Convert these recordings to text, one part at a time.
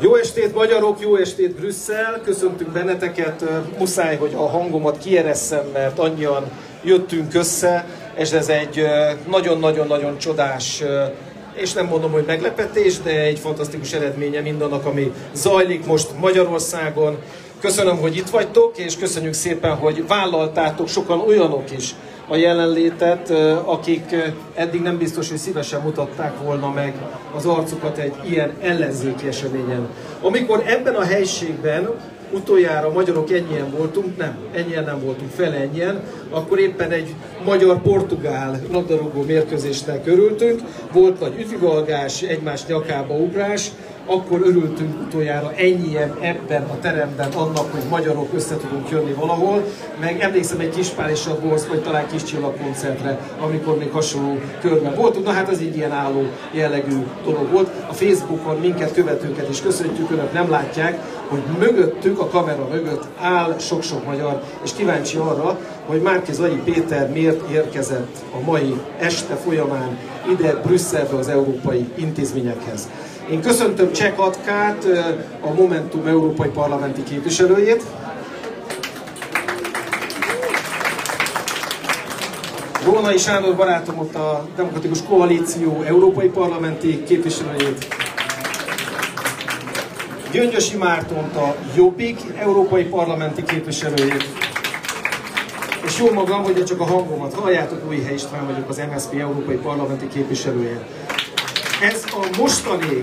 Jó estét magyarok, jó estét Brüsszel, köszöntünk benneteket, muszáj, hogy a hangomat kieresszem, mert annyian jöttünk össze, és ez egy nagyon-nagyon-nagyon csodás, és nem mondom, hogy meglepetés, de egy fantasztikus eredménye mindannak, ami zajlik most Magyarországon. Köszönöm, hogy itt vagytok, és köszönjük szépen, hogy vállaltátok, sokan olyanok is a jelenlétet, akik eddig nem biztos, hogy szívesen mutatták volna meg az arcukat egy ilyen ellenzéki eseményen. Amikor ebben a helységben utoljára magyarok ennyien voltunk, ennyien nem voltunk, fele ennyien, akkor éppen egy magyar-portugál labdarúgó mérkőzésnek örültünk, volt nagy ütivalgás, egymás nyakába ugrás, akkor örültünk utoljára ennyien ebben a teremben annak, hogy magyarok össze tudunk jönni valahol, meg emlékszem egy Kispál és a Borsz, vagy talán Kis Csillag koncertre, amikor még hasonló körben voltunk. Na hát ez egy ilyen álló jellegű dolog volt. A Facebookon minket követőket is köszöntjük, önök nem látják, hogy mögöttük, a kamera mögött áll sok-sok magyar, és kíváncsi arra, hogy Márki-Zay Péter miért érkezett a mai este folyamán ide Brüsszelbe az európai intézményekhez. Én köszöntöm Cseh Katkát, a Momentum európai parlamenti képviselőjét. Rónai Sándor barátomot, a Demokratikus Koalíció európai parlamenti képviselőjét. Gyöngyösi Mártont, a Jobbik európai parlamenti képviselőjét. És jó magam, hogy csak a hangomat halljátok, Újhely István vagyok, az MSZP európai parlamenti képviselője. Ez a mostani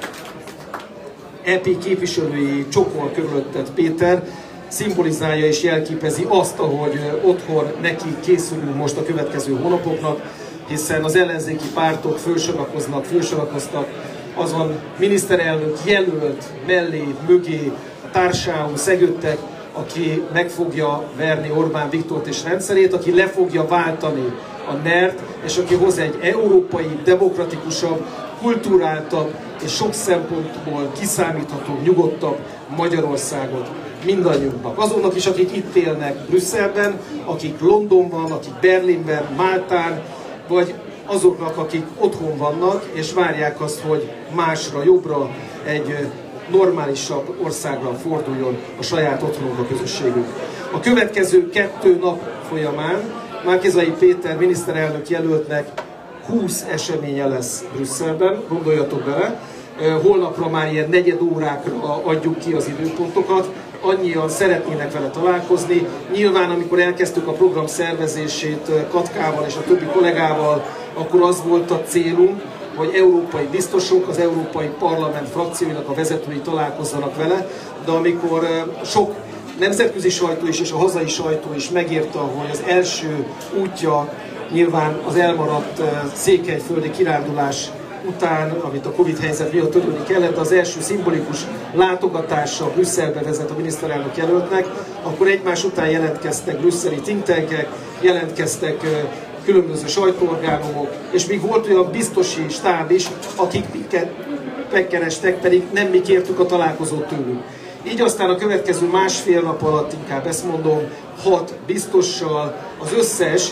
EP képviselői csoport körülöttet Péter szimbolizálja és jelképezi azt, ahogy otthon neki készülünk most a következő hónapoknak, hiszen az ellenzéki pártok fölsorakoztak azon miniszterelnök jelölt mellé, mögé, társául szegődtek, aki meg fogja verni Orbán Viktort és rendszerét, aki le fogja váltani a NER-t, és aki hoz egy európai, demokratikusabb, kulturáltabb és sok szempontból kiszámíthatóbb, nyugodtabb Magyarországot mindannyiunknak. Azoknak is, akik itt élnek Brüsszelben, akik Londonban, akik Berlinben, Máltán, vagy azoknak, akik otthon vannak, és várják azt, hogy másra, jobbra, egy normálisabb országra forduljon a saját otthonunk, a közösségünk. A következő 2 nap folyamán Márki-Zay Péter miniszterelnök jelöltnek 20 eseménye lesz Brüsszelben, gondoljatok bele. Holnapra már ilyen negyed órákra adjuk ki az időpontokat, annyian szeretnének vele találkozni. Nyilván, amikor elkezdtük a program szervezését Katkával és a többi kollégával, akkor az volt a célunk, hogy európai biztosok, az Európai Parlament frakcióinak a vezetői találkozzanak vele, de amikor sok nemzetközi sajtó is és a hazai sajtó is megírta, hogy az első útja nyilván az elmaradt székelyföldi kirándulás után, amit a Covid helyzet miatt törölni kellett, az első szimbolikus látogatása Brüsszelbe vezet a miniszterelnök jelöltnek, akkor egymás után jelentkeztek brüsszeli think tankek, jelentkeztek különböző sajtóorgánumok, és még volt olyan biztosi stáb is, akik minket megkerestek, pedig nem mi kértük a találkozót tőlük. Így aztán a következő másfél nap alatt, inkább ezt mondom, 6 biztossal, az összes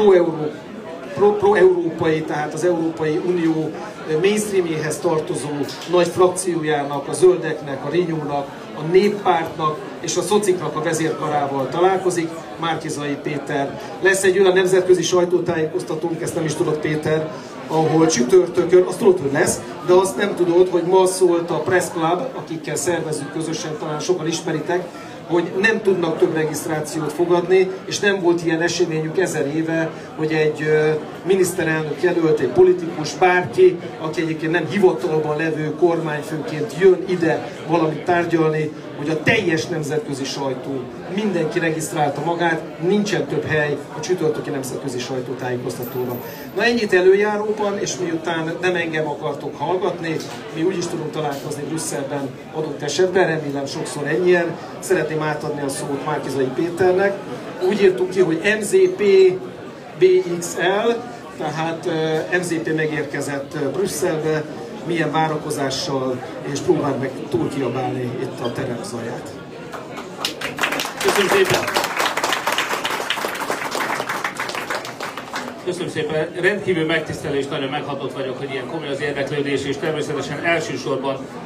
pro-európai, tehát az Európai Unió mainstreamjéhez tartozó nagy frakciójának, a Zöldeknek, a Renew-nak, a Néppártnak és a Szociknak a vezérkarával találkozik, Márki-Zay Péter. Lesz egy olyan nemzetközi sajtótájékoztatónk, ezt nem is tudod, Péter, ahol csütörtökön, azt tudod, hogy lesz, de azt nem tudod, hogy ma szólt a Press Club, akikkel szervezünk közösen, talán sokan ismeritek, hogy nem tudnak több regisztrációt fogadni, és nem volt ilyen eseményük 1000 éve, hogy egy miniszterelnök jelölt, egy politikus, bárki, aki egyébként nem hivatalban levő kormányfőként jön ide valamit tárgyalni, hogy a teljes nemzetközi sajtó, mindenki regisztrálta magát, nincsen több hely a csütörtöki nemzetközi sajtótájékoztatóra. Na ennyit előjáróban, és miután nem engem akartok hallgatni, mi úgyis tudunk találkozni Brüsszelben adott esetben, remélem sokszor ennyien. Szeretném átadni a szót Márki-Zay Péternek. Úgy írtuk ki, hogy MZP BXL, tehát MZP megérkezett Brüsszelbe, milyen várakozással, és próbáld meg túl kiabálni itt a terem zaját. Köszönöm szépen! Köszönöm szépen! Rendkívül megtisztelő és nagyon meghatott vagyok, hogy ilyen komoly az érdeklődés, és természetesen elsősorban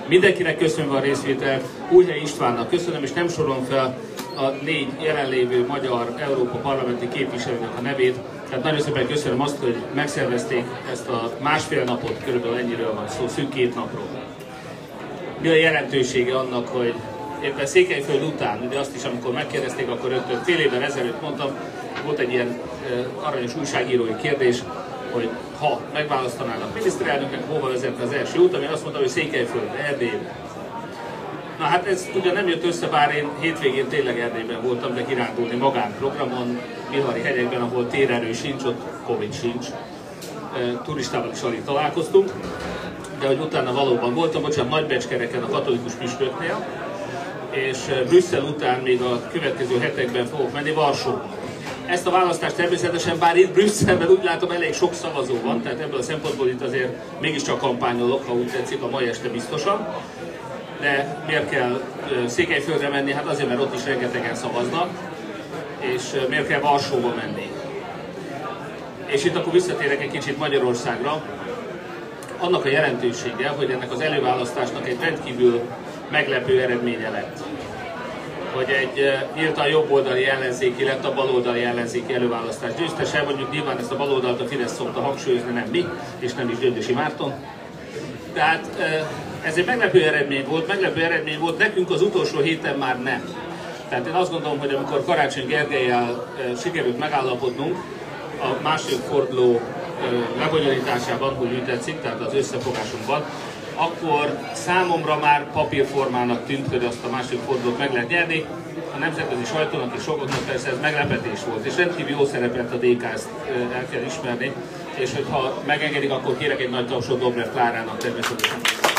Mindenkinek köszönöm a részvételt, Újhelyi Istvánnak köszönöm, és nem sorolom fel a 4 jelenlévő magyar Európa parlamenti képviselőnek a nevét. Tehát nagyon szépen köszönöm azt, hogy megszervezték ezt a másfél napot, körülbelül ennyiről van szó, szűk 2 napról. Mi a jelentősége annak, hogy éppen Székelyföld után, ugye azt is, amikor megkérdezték, akkor rögtön fél évvel ezelőtt mondtam, volt egy ilyen aranyos újságírói kérdés, hogy ha megválasztanának miniszterelnöknek, hova vezetne az első út, ami azt mondta, hogy Székelyföld, Erdélyben. Na hát ez ugye nem jött össze, bár én hétvégén tényleg Erdélyben voltam, de kirándulni magánprogramon, Bihari hegyekben, ahol térerő sincs, ott Covid sincs. Turistával is alig találkoztunk, de hogy utána valóban voltam, bocsánat, Nagybecskereken a katolikus püspöknél, és Brüsszel után még a következő hetekben fogok menni Varsóba. Ezt a választást természetesen, bár itt Brüsszelben úgy látom elég sok szavazó van, tehát ebből a szempontból itt azért mégiscsak kampányolok, ha úgy tetszik, a mai este biztosan. De miért kell Székelyföldre menni? Hát azért, mert ott is rengetegen szavaznak, és miért kell Varsóba menni? És itt akkor visszatérek egy kicsit Magyarországra. Annak a jelentősége, hogy ennek az előválasztásnak egy rendkívül meglepő eredménye lett. Hogy egy nyíltan jobboldali ellenzéki lett a baloldali ellenzéki előválasztás győztese, mondjuk nyilván ezt a baloldalt a Fidesz szokta hangsúlyozni, nem mi, és nem is Gyöngyösi Márton. Tehát ez egy meglepő eredmény volt, nekünk az utolsó héten már nem. Tehát én azt gondolom, hogy amikor Karácsony Gergellyel sikerült megállapodnunk a második forduló lebonyolításában, hogy úgy tetszik, tehát az összefogásunkban, akkor számomra már papírformának tűnt, hogy azt a második fordulót meg lehet nyerni. A nemzetközi sajtónak és sokaknak persze ez meglepetés volt, és rendkívül jó szerepelt a DK, ezt el kell ismerni, és hogyha megengedik, akkor kérek egy nagy tapsot Dobrev Klárának természetesen.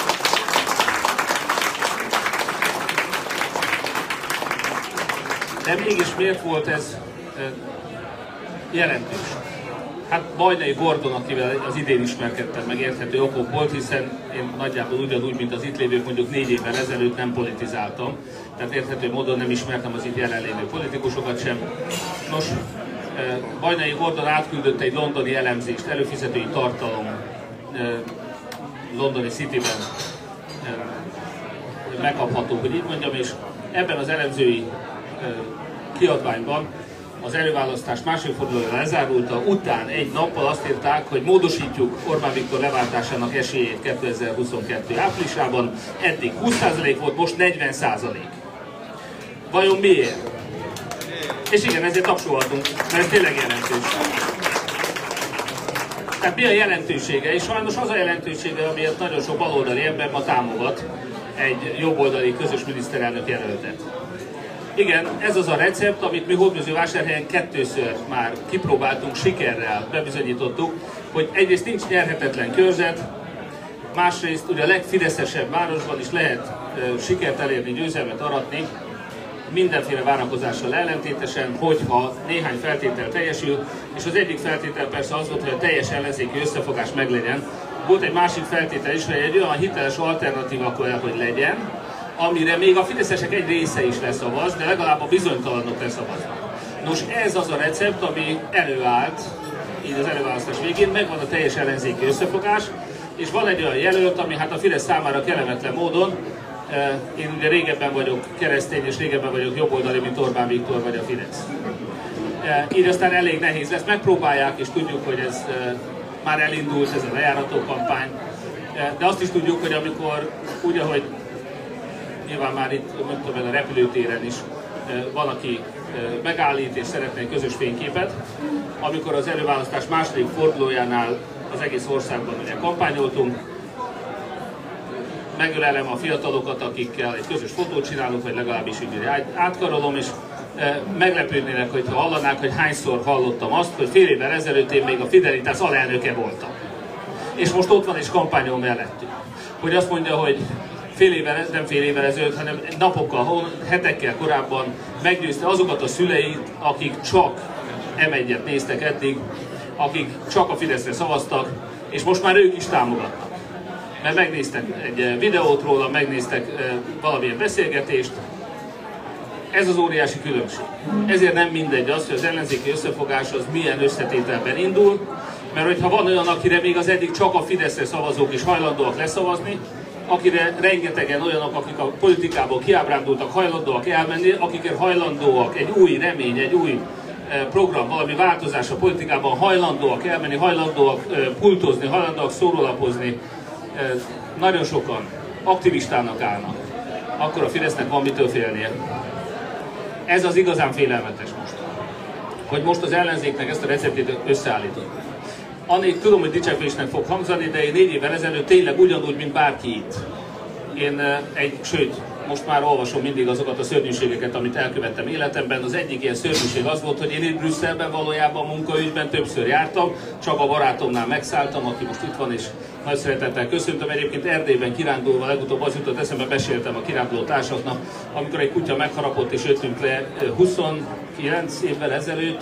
De mégis miért volt ez jelentős? Hát Bajnai Gordon, akivel az idén ismerkedtem, meg érthető okok volt, hiszen én nagyjából ugyanúgy, mint az itt lévők, mondjuk 4 évvel ezelőtt nem politizáltam, tehát érthető módon nem ismertem az itt jelenlévő politikusokat sem. Nos, Bajnai Gordon átküldött egy londoni elemzést, előfizetői tartalom londoni Cityben megkapható, hogy így mondjam, és ebben az elemzői kiadványban az előválasztás második fordulója lezárulta, után egy nappal azt írták, hogy módosítjuk Orbán Viktor leváltásának esélyét 2022 áprilisában, eddig 20% volt, most 40%. Vajon miért? És igen, ezért tapsolhatunk, mert ez tényleg jelentős. Tehát mi a jelentősége? És sajnos az a jelentősége, amiért nagyon sok baloldali ember ma támogat egy jobboldali közös miniszterelnök jelöltet. Igen, ez az a recept, amit mi Hódmezővásárhelyen 2-ször már kipróbáltunk, sikerrel bebizonyítottuk, hogy egyrészt nincs nyerhetetlen körzet, másrészt ugye a legfideszesebb városban is lehet sikert elérni, győzelmet aratni, mindenféle várakozással ellentétesen, hogyha néhány feltétel teljesül, és az egyik feltétel persze az volt, hogy a teljes ellenzéki összefogás meglegyen. Volt egy másik feltétel is, hogy egy olyan hiteles alternatíva kell, hogy legyen, amire még a fideszesek egy része is leszavaz, de legalább a bizonytalanok leszavaznak. Nos, ez az a recept, ami előállt, így az előválasztás végén, megvan a teljes ellenzéki összefogás, és van egy olyan jelölt, ami hát a Fidesz számára kellemetlen módon, én ugye régebben vagyok keresztény, és régebben vagyok jobboldali, mint Orbán Viktor vagy a Fidesz. Így aztán elég nehéz lesz, megpróbálják, és tudjuk, hogy ez már elindult, ez a lejárató kampány, de azt is tudjuk, hogy amikor úgy, ahogy nyilván már itt, nem tudom, a repülőtéren is van, aki megállít és szeretne egy közös fényképet, amikor az előválasztás második fordulójánál az egész országban ugye kampányoltunk, megölelem a fiatalokat, akikkel egy közös fotót csinálunk, vagy legalábbis így átkarolom, és meglepődnének, hogyha hallanák, hogy hányszor hallottam azt, hogy fél évvel ezelőtt én még a Fidelitas alelnöke voltam. És most ott van és kampányol mellettünk. Hogy azt mondja, hogy nem fél évvel ezelőtt, hanem napokkal, hetekkel korábban meggyőzte azokat a szüleit, akik csak M1-et néztek eddig, akik csak a Fideszre szavaztak, és most már ők is támogatnak. Mert megnéztek egy videót róla, megnéztek valamilyen beszélgetést. Ez az óriási különbség. Ezért nem mindegy az, hogy az ellenzéki összefogás az milyen összetételben indul, mert hogyha van olyan, akire még az eddig csak a Fideszre szavazók is hajlandóak leszavazni, akire rengetegen olyanok, akik a politikából kiábrándultak, hajlandóak elmenni, akikért hajlandóak egy új remény, egy új program, valami változás a politikában, hajlandóak elmenni, hajlandóak pultozni, hajlandóak szórólapozni, nagyon sokan aktivistának állnak, akkor a Fidesznek van mitől félnie. Ez az igazán félelmetes most, hogy most az ellenzéknek ezt a receptét összeállított. Annék tudom, hogy dicsekvésnek fog hangzani, de én 4 évvel ezelőtt tényleg ugyanúgy, mint bárki itt. Sőt, most már olvasom mindig azokat a szörnyűségeket, amit elkövettem életemben. Az egyik ilyen szörnyűség az volt, hogy én itt Brüsszelben valójában munkaügyben többször jártam, Csaba barátomnál megszálltam, aki most itt van, és nagy szeretettel köszöntöm. Egyébként Erdélyben kirándulva legutóbb az jutott eszembe, meséltem a kiránduló társaknak, amikor egy kutya megharapott és jöttünk le 29 évvel ezelőtt,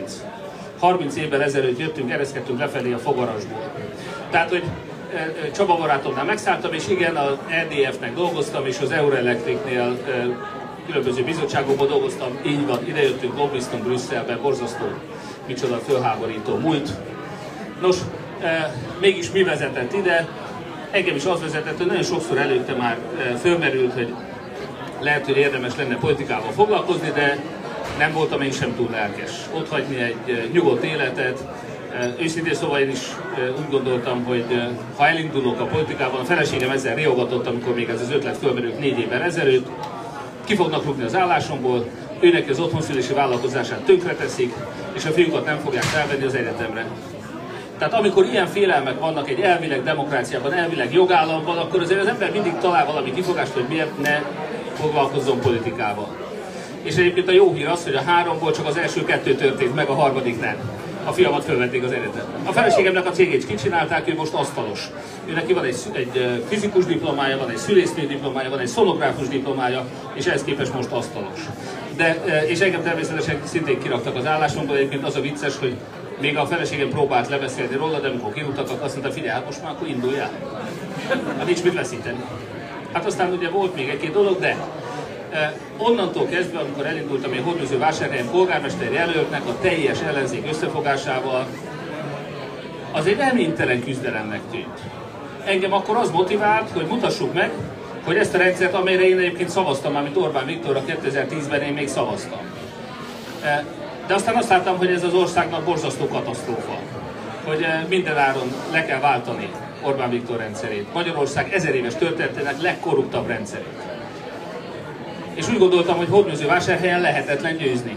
30 évvel ezelőtt jöttünk, ereszkedtünk lefelé a Fogarasból. Tehát, hogy Csaba barátomnál megszálltam, és igen, az EDF-nek dolgoztam, és az Euroelectricnél különböző bizottságokban dolgoztam, így van, idejöttünk, lobbiztunk Brüsszelbe, borzasztó, micsoda fölháborító múlt. Nos, mégis mi vezetett ide? Engem is az vezetett, hogy nagyon sokszor előtte már fölmerült, hogy lehet, hogy érdemes lenne politikával foglalkozni, de nem voltam én sem túl lelkes. Ott hagyni egy nyugodt életet. Őszintén szóval én is úgy gondoltam, hogy ha elindulok a politikában, a feleségem ezzel riogatott, amikor még ez az ötlet fölmerült 4 évvel ezelőtt, ki fognak rúgni az állásomból, őnek az otthonszülési vállalkozását tönkreteszik, és a fiúkat nem fogják felvenni az egyetemre. Tehát amikor ilyen félelmek vannak egy elvileg demokráciában, elvileg jogállamban, akkor azért az ember mindig talál valami kifogást, hogy miért ne foglalkozzon politikával. És egyébként a jó hír az, hogy a 3-ból csak az első 2 történt meg, a harmadik nem. A fiamat fölvették az egyetemre. A feleségemnek a cégét kicsinálták, ő most asztalos. Ő neki van egy fizikus diplomája, van egy szülésznő diplomája, van egy szonográfus diplomája, és ehhez képest most asztalos. És engem természetesen szintén kiraktak az állásomból, egyébként az a vicces, hogy még a feleségem próbált lebeszélni róla, de amikor kirúgtak, azt mondta, figyelj, hát most már akkor induljál. Hát nincs mit veszíteni. Hát aztán ugye volt még egy-két dolog, de onnantól kezdve, amikor elindultam én Hódmezővásárhelyen polgármester jelöltnek a teljes ellenzék összefogásával, az egy reménytelen küzdelemnek tűnt. Engem akkor az motivált, hogy mutassuk meg, hogy ezt a rendszert, amelyre én egyébként szavaztam, amit Orbán Viktorra 2010-ben én még szavaztam. De aztán azt láttam, hogy ez az országnak borzasztó katasztrófa, hogy mindenáron le kell váltani Orbán Viktor rendszerét. Magyarország 1000 éves történetének legkorruptabb rendszerét. És úgy gondoltam, hogy Hódmezővásárhelyen lehetetlen győzni.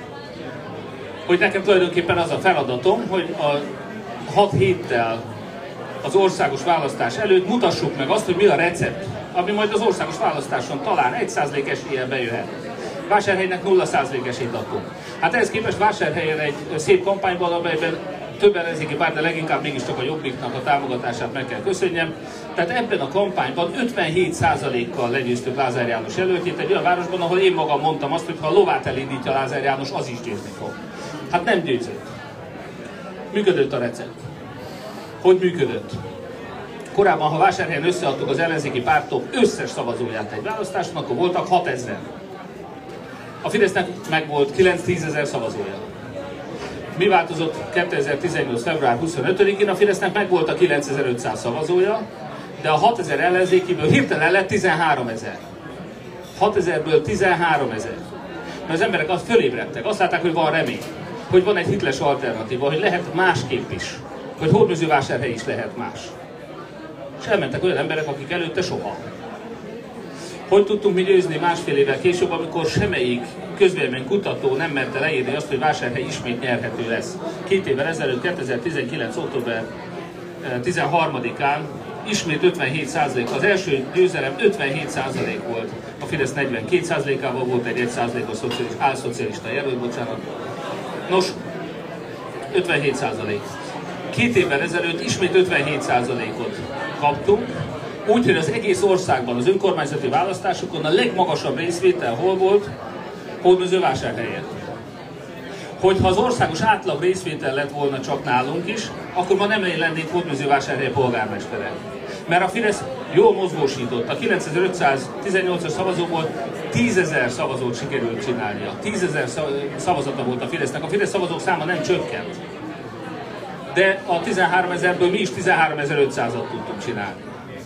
Hogy nekem tulajdonképpen az a feladatom, hogy a 6 héttel az országos választás előtt mutassuk meg azt, hogy mi a recept, ami majd az országos választáson talán 1% eséllyel bejöhet. Vásárhelynek 0% esélyt adtunk. Hát ehhez képest Vásárhelyen egy szép kampányban, amelyben több ellenzéki párt, de leginkább mégiscsak a Jobbiknak a támogatását meg kell köszönjem. Tehát ebben a kampányban 57%-kal legyőztük Lázár János jelöltjét egy olyan városban, ahol én magam mondtam azt, hogy ha a lovát elindítja Lázár János, az is győzni fog. Hát nem győzött. Működött a recept. Hogy működött? Korábban, ha Vásárhelyen összeadtuk az ellenzéki pártok összes szavazóját egy választáson, akkor voltak 6000. A Fidesznek meg volt 9-10 ezer szavazója. Mi változott 2018. február 25-én? A Fidesznek meg volt a 9500 szavazója, de a 6000 ellenzékiből hirtelen lett 13 000. 6000-ből 13 000. Mert az emberek azt fölébredtek, azt látták, hogy van remény, hogy van egy hitles alternatíva, hogy lehet másképp is, hogy Hódmezővásárhely is lehet más. És elmentek olyan emberek, akik előtte soha. Hogy tudtunk mi győzni másfél évvel később, amikor semmelyik közvéleménykutató nem merte leírni azt, hogy Vásárhely ismét nyerhető lesz. 2 évvel ezelőtt, 2019. október 13-án ismét 57%, az első győzelem 57% volt. A Fidesz 42%-ával volt egy 1%-os álszocialista jelölt, bocsánat. Nos, 57%. 2 évvel ezelőtt ismét 57%-ot kaptunk, úgyhogy az egész országban az önkormányzati választásokon a legmagasabb részvétel hol volt? Hódmezővásárhelyen. Hogyha az országos átlag részvétel lett volna csak nálunk is, akkor ma nem lennénk Hódmezővásárhely polgármestere. Mert a Fidesz jól mozgósított. A 9518-as szavazóból 10 000 szavazót sikerült csinálnia. 10 000 szavazata volt a Fidesznek. A Fidesz szavazók száma nem csökkent. De a 13 000-ből mi is 13 500-at tudtunk csinálni.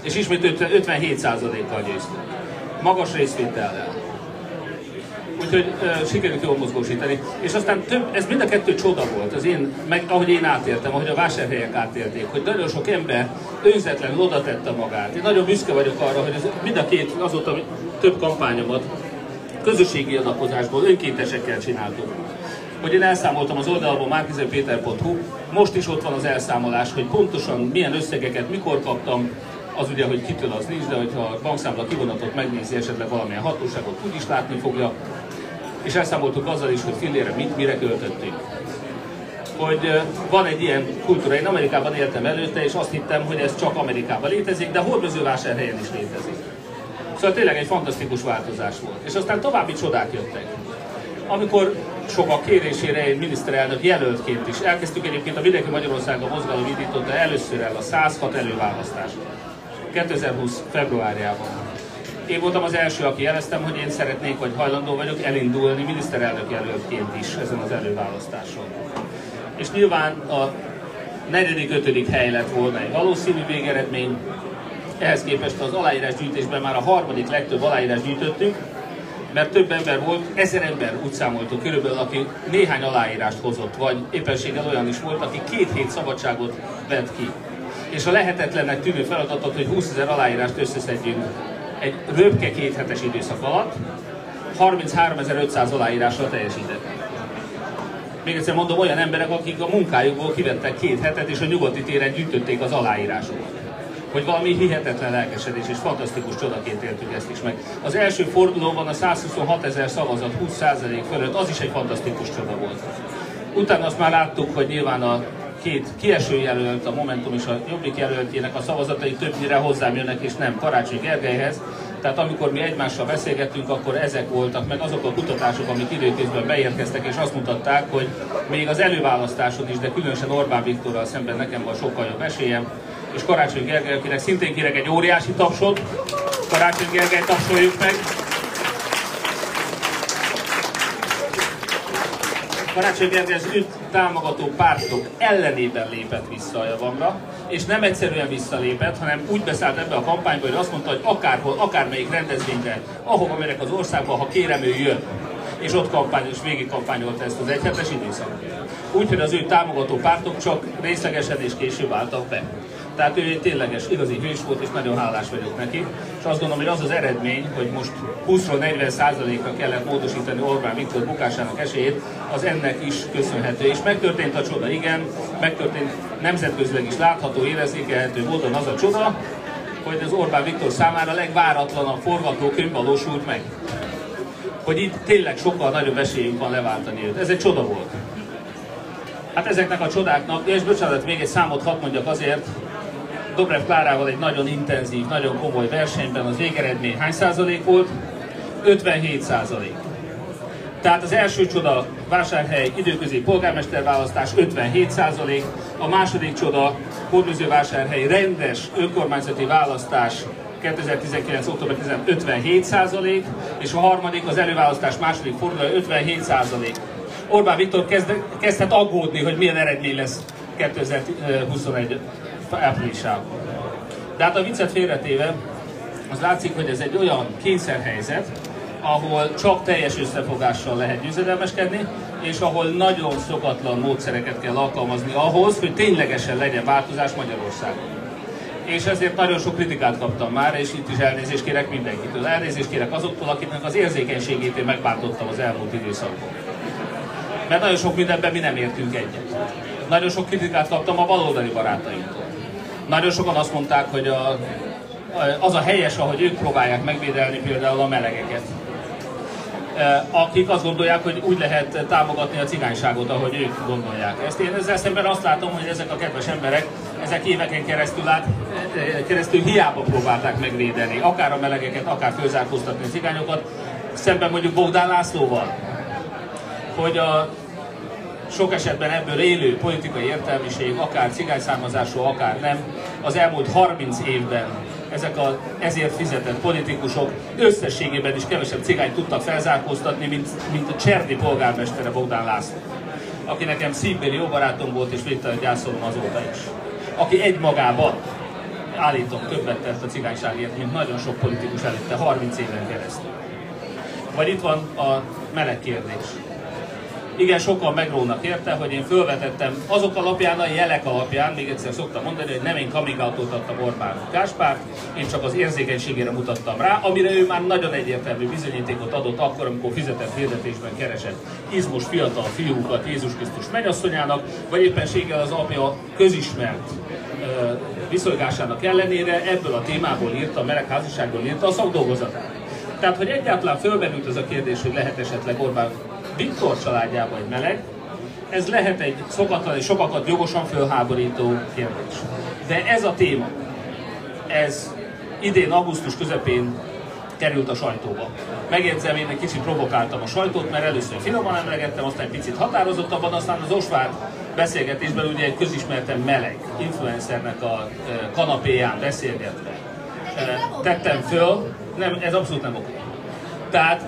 És ismét 57%-kal győztünk. Magas részvétellel. Úgyhogy sikerült jól mozgósítani. És aztán ez mind a kettő csoda volt, ahogy én átéltem, ahogy a vásárhelyek átélték, hogy nagyon sok ember önzetlenül oda tette magát. Én nagyon büszke vagyok arra, hogy mind a két, azóta több kampányomat közösségi adakozásból önkéntesekkel csináltuk. Hogy én elszámoltam az oldalról márkizaipeter.hu, most is ott van az elszámolás, hogy pontosan milyen összegeket, mikor kaptam, az ugye, hogy kitől az nincs, de hogyha a bankszámla kivonatot megnézi esetleg valamilyen hatóságot, úgy is látni fogja. És elszámoltuk azzal is, hogy fillére mire költöttünk. Hogy van egy ilyen kultúra. Én Amerikában éltem előtte, és azt hittem, hogy ez csak Amerikában létezik, de Hódmezővásárhelyen is létezik. Szóval tényleg egy fantasztikus változás volt. És aztán további csodák jöttek. Amikor sokak kérésére én miniszterelnök jelöltként is elkezdtük, egyébként a Vidéki Magyarországon mozgalom indította először el a 106 előválasztást 2020. februárjában. Én voltam az első, aki jeleztem, hogy én szeretnék, vagy hajlandó vagyok elindulni miniszterelnök jelöltként is ezen az előválasztáson. És nyilván a 4.-5. hely lett volna egy valószínű végeredmény, ehhez képest az aláírásgyűjtésben már a 3. legtöbb aláírás gyűjtöttünk, mert több ember volt, 1000 ember úgy számoltuk körülbelül, aki néhány aláírást hozott, vagy éppenséggel olyan is volt, aki 2 hét szabadságot vett ki. És a lehetetlennek tűnő feladatot, hogy 20 000 aláírást összeszedjünk egy röpke 2 hetes időszak alatt, 33.500 aláírásra teljesített. Még egyszer mondom, olyan emberek, akik a munkájukból kivettek 2 hetet, és a Nyugati téren gyűjtötték az aláírásokat. Hogy valami hihetetlen lelkesedés és fantasztikus csodaként éltük ezt is meg. Az első fordulóban a 126 000 szavazat 20% fölött, az is egy fantasztikus csoda volt. Utána azt már láttuk, hogy nyilván a 2 kieső jelölt, a Momentum és a Jobbik jelöltjének a szavazatai többnyire hozzám jönnek, és nem Karácsony Gergelyhez. Tehát amikor mi egymással beszélgettünk, akkor ezek voltak meg azok a kutatások, amik időközben beérkeztek, és azt mutatták, hogy még az előválasztáson is, de különösen Orbán Viktorral szemben nekem van sokkal jobb esélyem, és Karácsony Gergely, akinek szintén kérek egy óriási tapsot. Karácsony Gergely, tapsoljuk meg! Karácsony Gergely az őt támogató pártok ellenében lépett vissza a Javamra, és nem egyszerűen visszalépett, hanem úgy beszállt ebbe a kampányba, hogy azt mondta, hogy akárhol, akármelyik rendezvényre, ahova megyek az országban, ha kérem, ő jön. És ott kampányos, végig kampányolta ezt az egyhetes időszakot. Úgyhogy az ő támogató pártok csak részlegesen és később álltak be. Tehát ő egy tényleges, igazi hős volt, és nagyon hálás vagyok neki. És azt gondolom, hogy az az eredmény, hogy most 20-ról 40%-ra kellett módosítani Orbán Viktor bukásának esélyét, az ennek is köszönhető. És megtörtént a csoda, igen, megtörtént nemzetközileg is látható, érzékelhető módon az a csoda, hogy az Orbán Viktor számára legváratlanabb forgatókönyv valósult meg. Hogy itt tényleg sokkal nagyobb esélyünk van leváltani őt. Ez egy csoda volt. Hát ezeknek a csodáknak, és bocsánat, még egy számot hadd mondjak azért, Dobrev Klárával egy nagyon intenzív, nagyon komoly versenyben az végeredmény hány százalék volt? 57%. Tehát az első csoda Vásárhely időközi polgármesterválasztás 57%, a második csoda Hódmezővásárhely rendes önkormányzati választás 2019. október 57%, és a harmadik az előválasztás második fordulója 57%. Orbán Viktor kezdhet aggódni, hogy milyen eredmény lesz 2021 áprilisában. De hát a viccet félretéve, az látszik, hogy ez egy olyan kényszerhelyzet, ahol csak teljes összefogással lehet győzedelmeskedni, és ahol nagyon szokatlan módszereket kell alkalmazni ahhoz, hogy ténylegesen legyen változás Magyarországon. És ezért nagyon sok kritikát kaptam már, és itt is elnézést kérek mindenkitől. Elnézést kérek azoktól, akiknek az érzékenységét én megbántottam az elmúlt időszakban. Mert nagyon sok mindenben mi nem értünk egyet. Nagyon sok kritikát kaptam a baloldali barátaimtól. Nagyon sokan azt mondták, hogy az a helyes, ahogy ők próbálják megvédelni például a melegeket. Akik azt gondolják, hogy úgy lehet támogatni a cigányságot, ahogy ők gondolják ezt. Én ezzel szemben azt látom, hogy ezek a kedves emberek, ezek éveken keresztül hiába próbálták megvédeni, akár a melegeket, akár fölzárkóztatni a cigányokat, szemben mondjuk Bogdán Lászlóval, hogy a sok esetben ebből élő politikai értelmiség, akár cigány származású, akár nem, az elmúlt 30 évben ezek az ezért fizetett politikusok összességében is kevesebb cigányt tudtak felzárkóztatni, mint a Cserdi polgármestere Bogdán László, aki nekem szívbéli jó barátom volt, és végtelen gyászolom azóta is. Aki egymagában állítom, többet tett a cigányságért, mint nagyon sok politikus előtte 30 éven keresztül. Vagy itt van a meleg kérdés. Igen, sokan megrónak érte, hogy én fölvetettem azok alapján, a jelek alapján, még egyszer szoktam mondani, hogy nem én coming out-ot adtam Orbán Gáspárt, én csak az érzékenységére mutattam rá, amire ő már nagyon egyértelmű bizonyítékot adott akkor, amikor fizetett hirdetésben keresett izmos fiatal fiúkat Jézus Krisztus mennyasszonyának, vagy éppenséggel az apja közismert viszonygásának ellenére ebből a témából írta, a melegházasságból írta a szakdolgozatát. Tehát, hogy egyáltalán fölmerült az a kérdés, hogy lehet esetleg Orbán Viktor családjában egy meleg, ez lehet egy szokatlan és sokakat jogosan fölháborító kérdés. De ez a téma, ez idén augusztus közepén került a sajtóba. Megjegyzem, én egy kicsit provokáltam a sajtót, mert először finoman emlegettem, aztán egy picit határozottabban, aztán az Osvárd beszélgetésben ugye egy közismerten meleg influencernek a kanapéján beszélgetve tettem föl, nem, ez abszolút nem oké. Tehát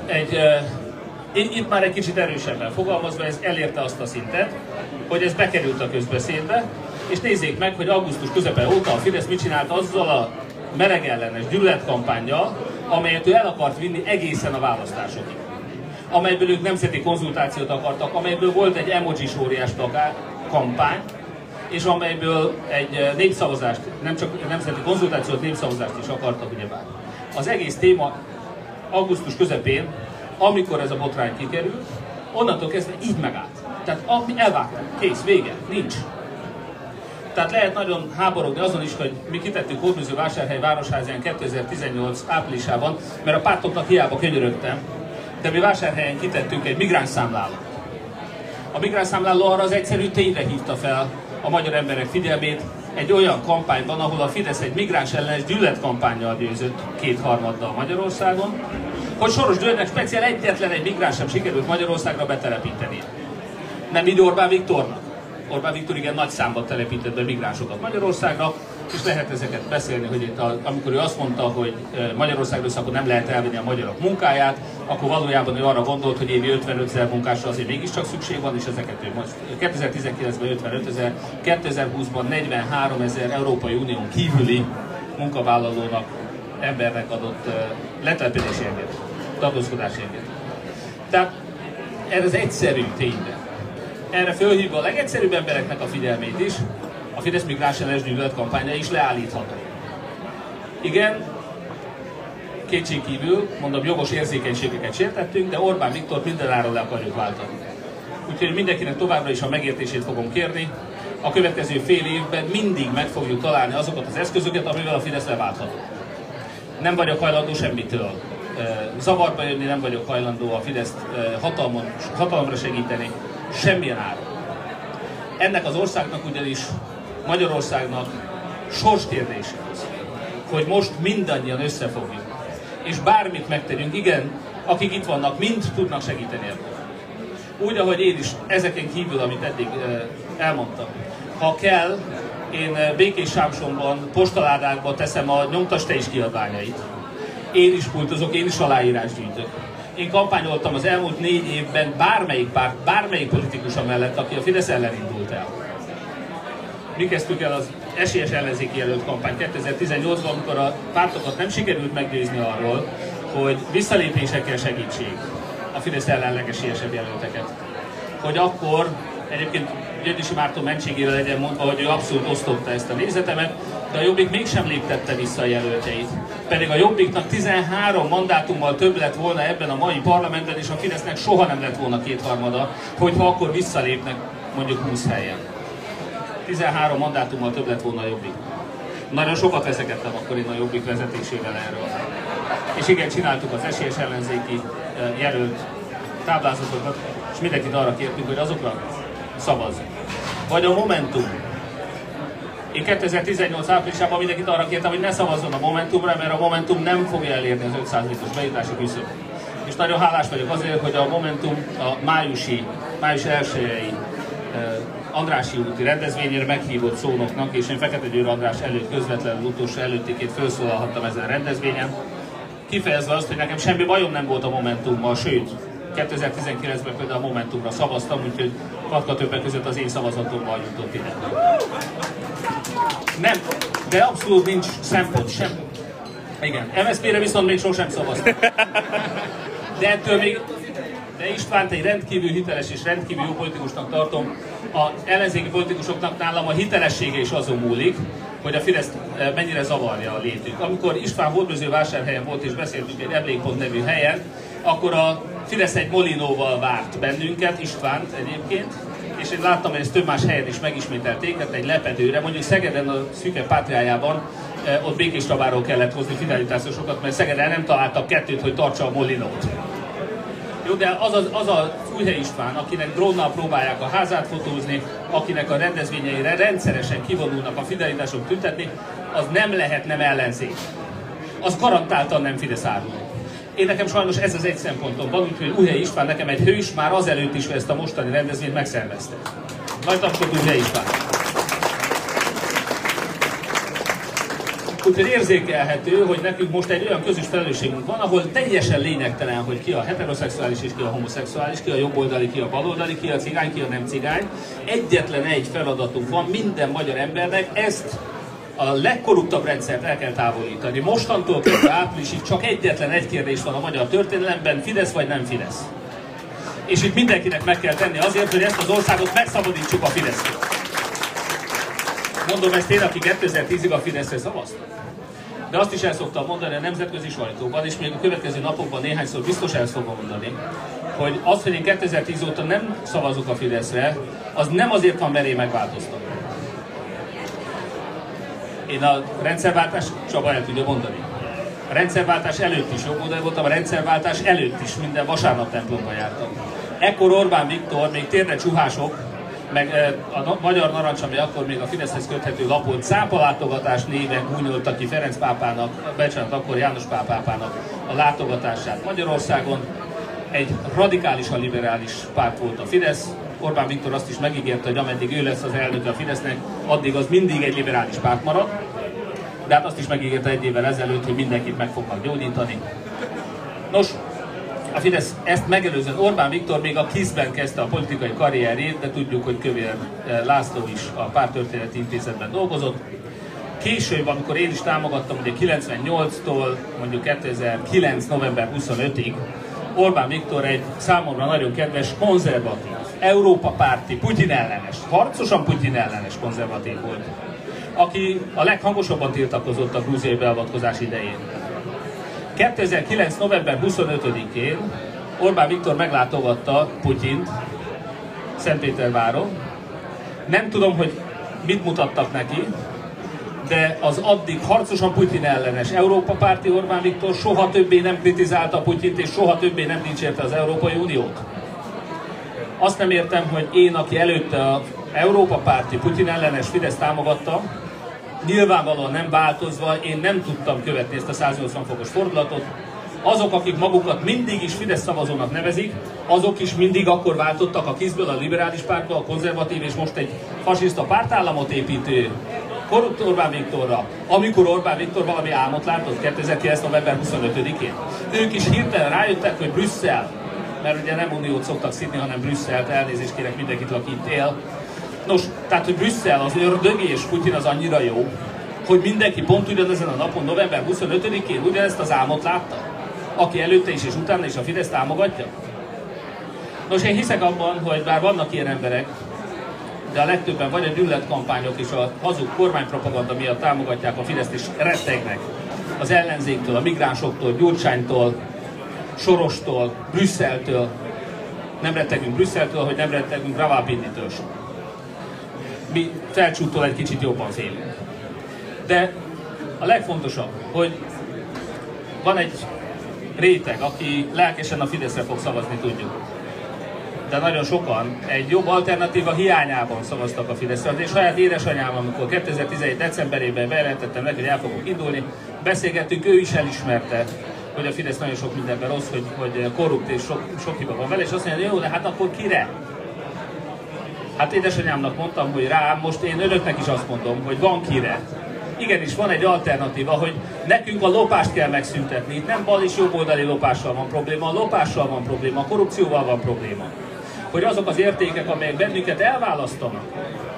itt már egy kicsit erősebben fogalmazva, ez elérte azt a szintet, hogy ez bekerült a közbeszédbe, és nézzék meg, hogy augusztus közepe óta a Fidesz mit csinált azzal a melegellenes gyűlöletkampánnyal, amelyet ő el akart vinni egészen a választásokig. Amelyből ők nemzeti konzultációt akartak, amelyből volt egy emojis óriás kampány, és amelyből egy népszavazást, nem csak nemzeti konzultációt, népszavazást is akartak ugyebár. Az egész téma augusztus közepén, amikor ez a botrány kikerült, onnantól kezdve így megállt. Tehát elvágták, kész, vége, nincs. Tehát lehet nagyon háborogni azon is, hogy mi kitettük Hódmezővásárhely Városházián 2018 áprilisában, mert a pártoknak hiába könyörögtem, de mi Vásárhelyen kitettünk egy migránsszámlálót. A migránsszámláló arra az egyszerű tényre hívta fel a magyar emberek figyelmét egy olyan kampányban, ahol a Fidesz egy migráns ellenes gyűlöletkampánnyal győzött 2/3 Magyarországon, hogy Soros Györgynek speciál egyetlen egy migráns sem sikerült Magyarországra betelepíteni. Nem így Orbán Viktornak. Orbán Viktor igen nagy számban telepített be migránsokat Magyarországra, és lehet ezeket beszélni, hogy itt amikor ő azt mondta, hogy Magyarországról akkor nem lehet elvenni a magyarok munkáját, akkor valójában ő arra gondolt, hogy évi 55 000 munkásra azért mégiscsak szükség van, és ezeket ő most 2019-ben 55 000, 2020-ban 43 000 Európai Unión kívüli munkavállalónak, embernek adott letelepedési engedélyt, tartózkodási engedélyt. Tehát ez az egyszerű tényleg. Erre fölhívva a legegyszerűbb embereknek a figyelmét is, a Fidesz migráns ellenes gyűlöletkampánya is leállítható. Igen, kétségkívül, mondom, jogos érzékenységeket sértettünk, de Orbán Viktort mindenáron le akarjuk váltani. Úgyhogy mindenkinek továbbra is a megértését fogom kérni. A következő fél évben mindig meg fogjuk találni azokat az eszközöket, amivel a Fidesz leváltható. Nem vagyok hajlandó semmitől zavarba jönni, nem vagyok hajlandó a Fideszt hatalomra segíteni, semmilyen áron. Ennek az országnak ugyanis, Magyarországnak sorskérdése az, hogy most mindannyian összefogjuk, és bármit megtegyünk, igen, akik itt vannak, mind tudnak segíteni ebben. Úgy, ahogy én is ezeken kívül, amit eddig elmondtam. Ha kell, én Békés Sámsonban, postaládákba teszem a Nyomtass te is kiadványait. Én is pultozok, én is aláírást gyűjtök. Én kampányoltam az elmúlt 4 évben bármelyik párt, bármelyik politikusa mellett, aki a Fidesz ellen indult el. Mi kezdtük el az esélyes ellenzéki jelölt kampány 2018-ban, amikor a pártokat nem sikerült meggyőzni arról, hogy visszalépésekkel segítség a Fidesz ellen legesélyesebb jelölteket. Hogy akkor egyébként Gyöngyösi Márton mentségére legyen mondva, hogy ő abszolút osztotta ezt a nézetemet, de a Jobbik mégsem léptette vissza a jelöltjeit. Pedig a Jobbiknak 13 mandátummal több lett volna ebben a mai parlamentben, és a Fidesznek soha nem lett volna 2/3, hogyha akkor visszalépnek mondjuk 20 helyen. 13 mandátummal több lett volna a Jobbik. Nagyon sokat veszekedtem akkor én a Jobbik vezetésével erről. És igen, csináltuk az esélyes ellenzéki jelölt táblázatokat, és mindenkit arra kértünk, hogy azokra szavazzunk. Vagy a Momentum. Én 2018 áprilisában mindenkit arra kértem, hogy ne szavazzon a Momentumra, mert a Momentum nem fogja elérni az 5%-os bejutási küszöböt. És nagyon hálás vagyok azért, hogy a Momentum a május 1-i Andrássy úti rendezvényére meghívott szónoknak, és én Fekete Győr András előtt közvetlenül utolsó előttiként felszólalhattam ezen a rendezvényen, kifejezve azt, hogy nekem semmi bajom nem volt a Momentummal, sőt, 2019-ben például a Momentumra szavaztam, úgyhogy Katka többek között az én szavazatommal jutott ide. Nem, de abszolút nincs szempont sem. Igen, MSZP-re viszont még sosem szavaztam. De ettől még... De Istvánt egy rendkívül hiteles és rendkívül jó politikusnak tartom. Az ellenzéki politikusoknak nálam a hitelessége is azon múlik, hogy a Fidesz mennyire zavarja a létük. Amikor István Hódmezővásárhelyen volt és beszéltünk egy Emlékpont nevű helyen, akkor a Fidesz egy molinóval várt bennünket, Istvánt egyébként, és én láttam, hogy ezt több más helyen is megismételték, tehát egy lepedőre, mondjuk Szegeden a Szüke Pátriájában, ott Békés Csabáról kellett hozni fidelitásosokat, mert Szegeden nem találtak kettőt, hogy tartsa a molinót. Jó, de az a Újhely István, akinek drónnal próbálják a házát fotózni, akinek a rendezvényeire rendszeresen kivonulnak a fidelitások tüntetni, az nem lehet nem ellenzék. Az garantáltan nem Fidesz áruló. Én nekem sajnos ez az egy szempontom van, úgyhogy Újhely István nekem egy hős, már azelőtt is, hogy ezt a mostani rendezvényt megszervezte. Nagy tapsot Újhely István! Úgyhogy érzékelhető, hogy nekünk most egy olyan közös felelősségünk van, ahol teljesen lényegtelen, hogy ki a heteroszexuális és ki a homoszexuális, ki a jobboldali, ki a baloldali, ki a cigány, ki a nem cigány. Egyetlen egy feladatunk van minden magyar embernek, ezt a legkorruptabb rendszert el kell távolítani. Mostantól kezdve áprilisig csak egyetlen egy kérdés van a magyar történelemben, Fidesz vagy nem Fidesz. És itt mindenkinek meg kell tenni azért, hogy ezt az országot megszabadítsuk a Fidesztől. Mondom ezt én, aki 2010-ig a Fideszre szavaztam. De azt is el szoktam mondani a nemzetközi sajtóban, és még a következő napokban néhányszor biztos el fogom mondani, hogy az, hogy én 2010 óta nem szavazok a Fideszre, az nem azért van, mert én megváltoztam. Én a rendszerváltás, Csaba el tudja mondani. A rendszerváltás előtt is jobboldali voltam, a rendszerváltás előtt is minden vasárnap templomba jártam. Ekkor Orbán Viktor, még térde csuhások, meg a Magyar Narancs, ami akkor még a Fideszhez köthető lap volt, cápalátogatás néven gúnyolta ki Ferenc pápának, akkor János Pál pápának a látogatását Magyarországon. Egy radikálisan liberális párt volt a Fidesz. Orbán Viktor azt is megígérte, hogy ameddig ő lesz az elnöke a Fidesznek, addig az mindig egy liberális párt marad. De hát azt is megígérte egy évvel ezelőtt, hogy mindenkit meg fognak gyógyítani. Nos, a Fidesz ezt megelőzően Orbán Viktor még a KISZ-ben kezdte a politikai karrierjét, de tudjuk, hogy Kövér László is a Párttörténeti Intézetben dolgozott. Később, amikor én is támogattam, ugye 98-tól mondjuk 2009. november 25-ig, Orbán Viktor egy számomra nagyon kedves, konzervatív, Európa párti, Putyin ellenes, harcosan Putyin ellenes konzervatív volt, aki a leghangosabban tiltakozott a grúziai beavatkozás idején. 2009. november 25-én Orbán Viktor meglátogatta Putyint Szentpéterváron. Nem tudom, hogy mit mutattak neki, de az addig harcosan Putyin ellenes Európa párti Orbán Viktor soha többé nem kritizálta Putyint, és soha többé nem dicsérte az Európai Uniót. Azt nem értem, hogy én, aki előtte az Európa párti Putyin ellenes Fidesz támogatta, nyilvánvalóan nem változva, én nem tudtam követni ezt a 180 fokos fordulatot. Azok, akik magukat mindig is Fidesz szavazónak nevezik, azok is mindig akkor váltottak a KISZ-ből a liberális pártba, a konzervatív és most egy fasiszta pártállamot építő korrupt Orbán Viktorra, amikor Orbán Viktor valami álmot látott 2009. november 25-én. Ők is hirtelen rájöttek, hogy Brüsszel, mert ugye nem uniót szoktak szidni, hanem Brüsszelt, elnézést kérek mindenkitől, aki itt él. Nos, tehát, hogy Brüsszel, az ördög és Putyin az annyira jó, hogy mindenki pont ugyanezen a napon, november 25-én ugyanezt az álmot látta, aki előtte is és utána is a Fidesz támogatja. Nos, én hiszek abban, hogy bár vannak ilyen emberek, de a legtöbben vagy a gyűlöletkampányok és a hazug kormánypropaganda miatt támogatják a Fideszt és rettegnek az ellenzéktől, a migránsoktól, Gyurcsánytól, Sorostól, Brüsszeltől. Nem rettegünk Brüsszeltől, hogy nem rettegünk Rawalpinditől sem. Mi Felcsúttól egy kicsit jobban félünk. De a legfontosabb, hogy van egy réteg, aki lelkesen a Fideszre fog szavazni, tudjuk. De nagyon sokan egy jobb alternatíva hiányában szavaztak a Fideszre. És saját édesanyám, amikor 2017. decemberében bejelentettem neki, hogy el fogok indulni, beszélgettünk, ő is elismerte, hogy a Fidesz nagyon sok mindenben rossz, hogy korrupt és sok hiba van vele, és azt mondja, jó, de hát akkor kire? Hát édesanyámnak mondtam, hogy rám, most én önöknek is azt mondom, hogy van kire. igenis van egy alternatíva, hogy nekünk a lopást kell megszüntetni. Itt nem bal és jobboldali lopással van probléma, a lopással van probléma, a korrupcióval van probléma. Hogy azok az értékek, amelyek bennünket elválasztanak,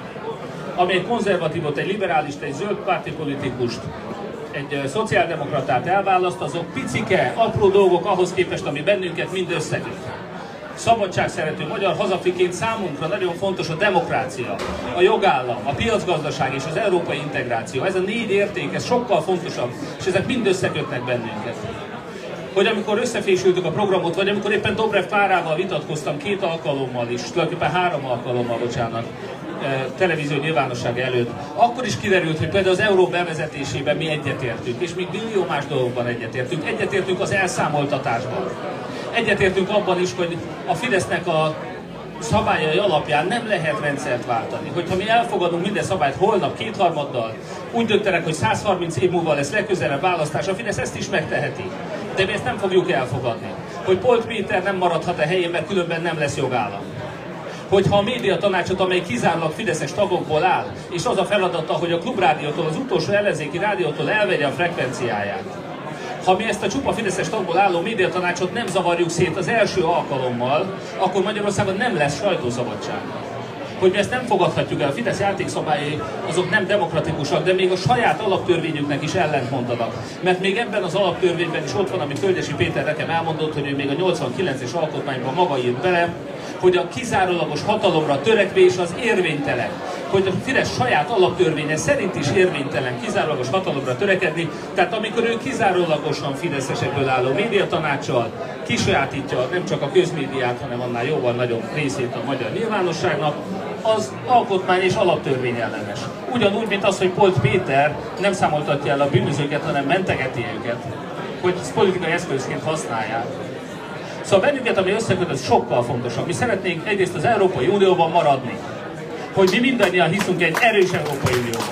ami egy konzervatívot, egy liberálist, egy zöld párti politikust, egy szociáldemokratát elválaszt, azok picike, apró dolgok ahhoz képest, ami bennünket mind összeköt. Szabadságszerető magyar hazafiként számunkra nagyon fontos a demokrácia, a jogállam, a piacgazdaság és az európai integráció. Ez a 4 érték, ez sokkal fontosabb, és ezek mind összekötnek bennünket. Hogy amikor összefésültük a programot, vagy amikor éppen Dobrev Klárával vitatkoztam 2 alkalommal is, tulajdonképpen 3 alkalommal, bocsánat, televízió nyilvánosság előtt, akkor is kiderült, hogy például az euró bevezetésében mi egyetértünk, és még millió más dolgokban egyetértünk. Egyetértünk az elszámoltatásban. Egyetértünk abban is, hogy a Fidesznek a szabályai alapján nem lehet rendszert váltani. Hogyha mi elfogadunk minden szabályt holnap 2/3-dal, úgy döntenek, hogy 130 év múlva lesz legközelebb választás, a Fidesz ezt is megteheti. De mi ezt nem fogjuk elfogadni. Hogy Polt Péter nem maradhat a helyén, mert különben nem lesz jogállam. Hogyha a médiatanácsot, amely kizárólag fideszes tagokból áll, és az a feladata, hogy a Klubrádiótól, az utolsó ellenzéki rádiótól elvegye a frekvenciáját. Ha mi ezt a csupa fideszes tagból álló médiatanácsot nem zavarjuk szét az első alkalommal, akkor Magyarországon nem lesz sajtószabadság. Hogy mi ezt nem fogadhatjuk el, a Fidesz játékszabályai azok nem demokratikusak, de még a saját alaptörvényüknek is ellentmondanak. Mert még ebben az alaptörvényben is ott van, amit Földessy Péter nekem elmondott, hogy ő még a 89-es alkotmányban maga írt bele, hogy a kizárólagos hatalomra törekvés az érvénytelen. Hogy a Fidesz saját alaptörvénye szerint is érvénytelen kizárólagos hatalomra törekedni, tehát amikor ő kizárólagosan fideszesekből álló médiatanáccsal kisajátítja nem csak a közmédiát, hanem annál jóval nagyobb részét a magyar nyilvánosságnak, az alkotmány és alaptörvény ellenes. Ugyanúgy, mint az, hogy Polt Péter nem számoltatja el a bűnözőket, hanem mentegeti őket, hogy ezt politikai eszközként használják. Szóval bennünket, ami összeköt, az sokkal fontosabb. Mi szeretnénk egyrészt az Európai Unióban maradni. Hogy mi mindannyian hiszünk egy erős Európai Unióban.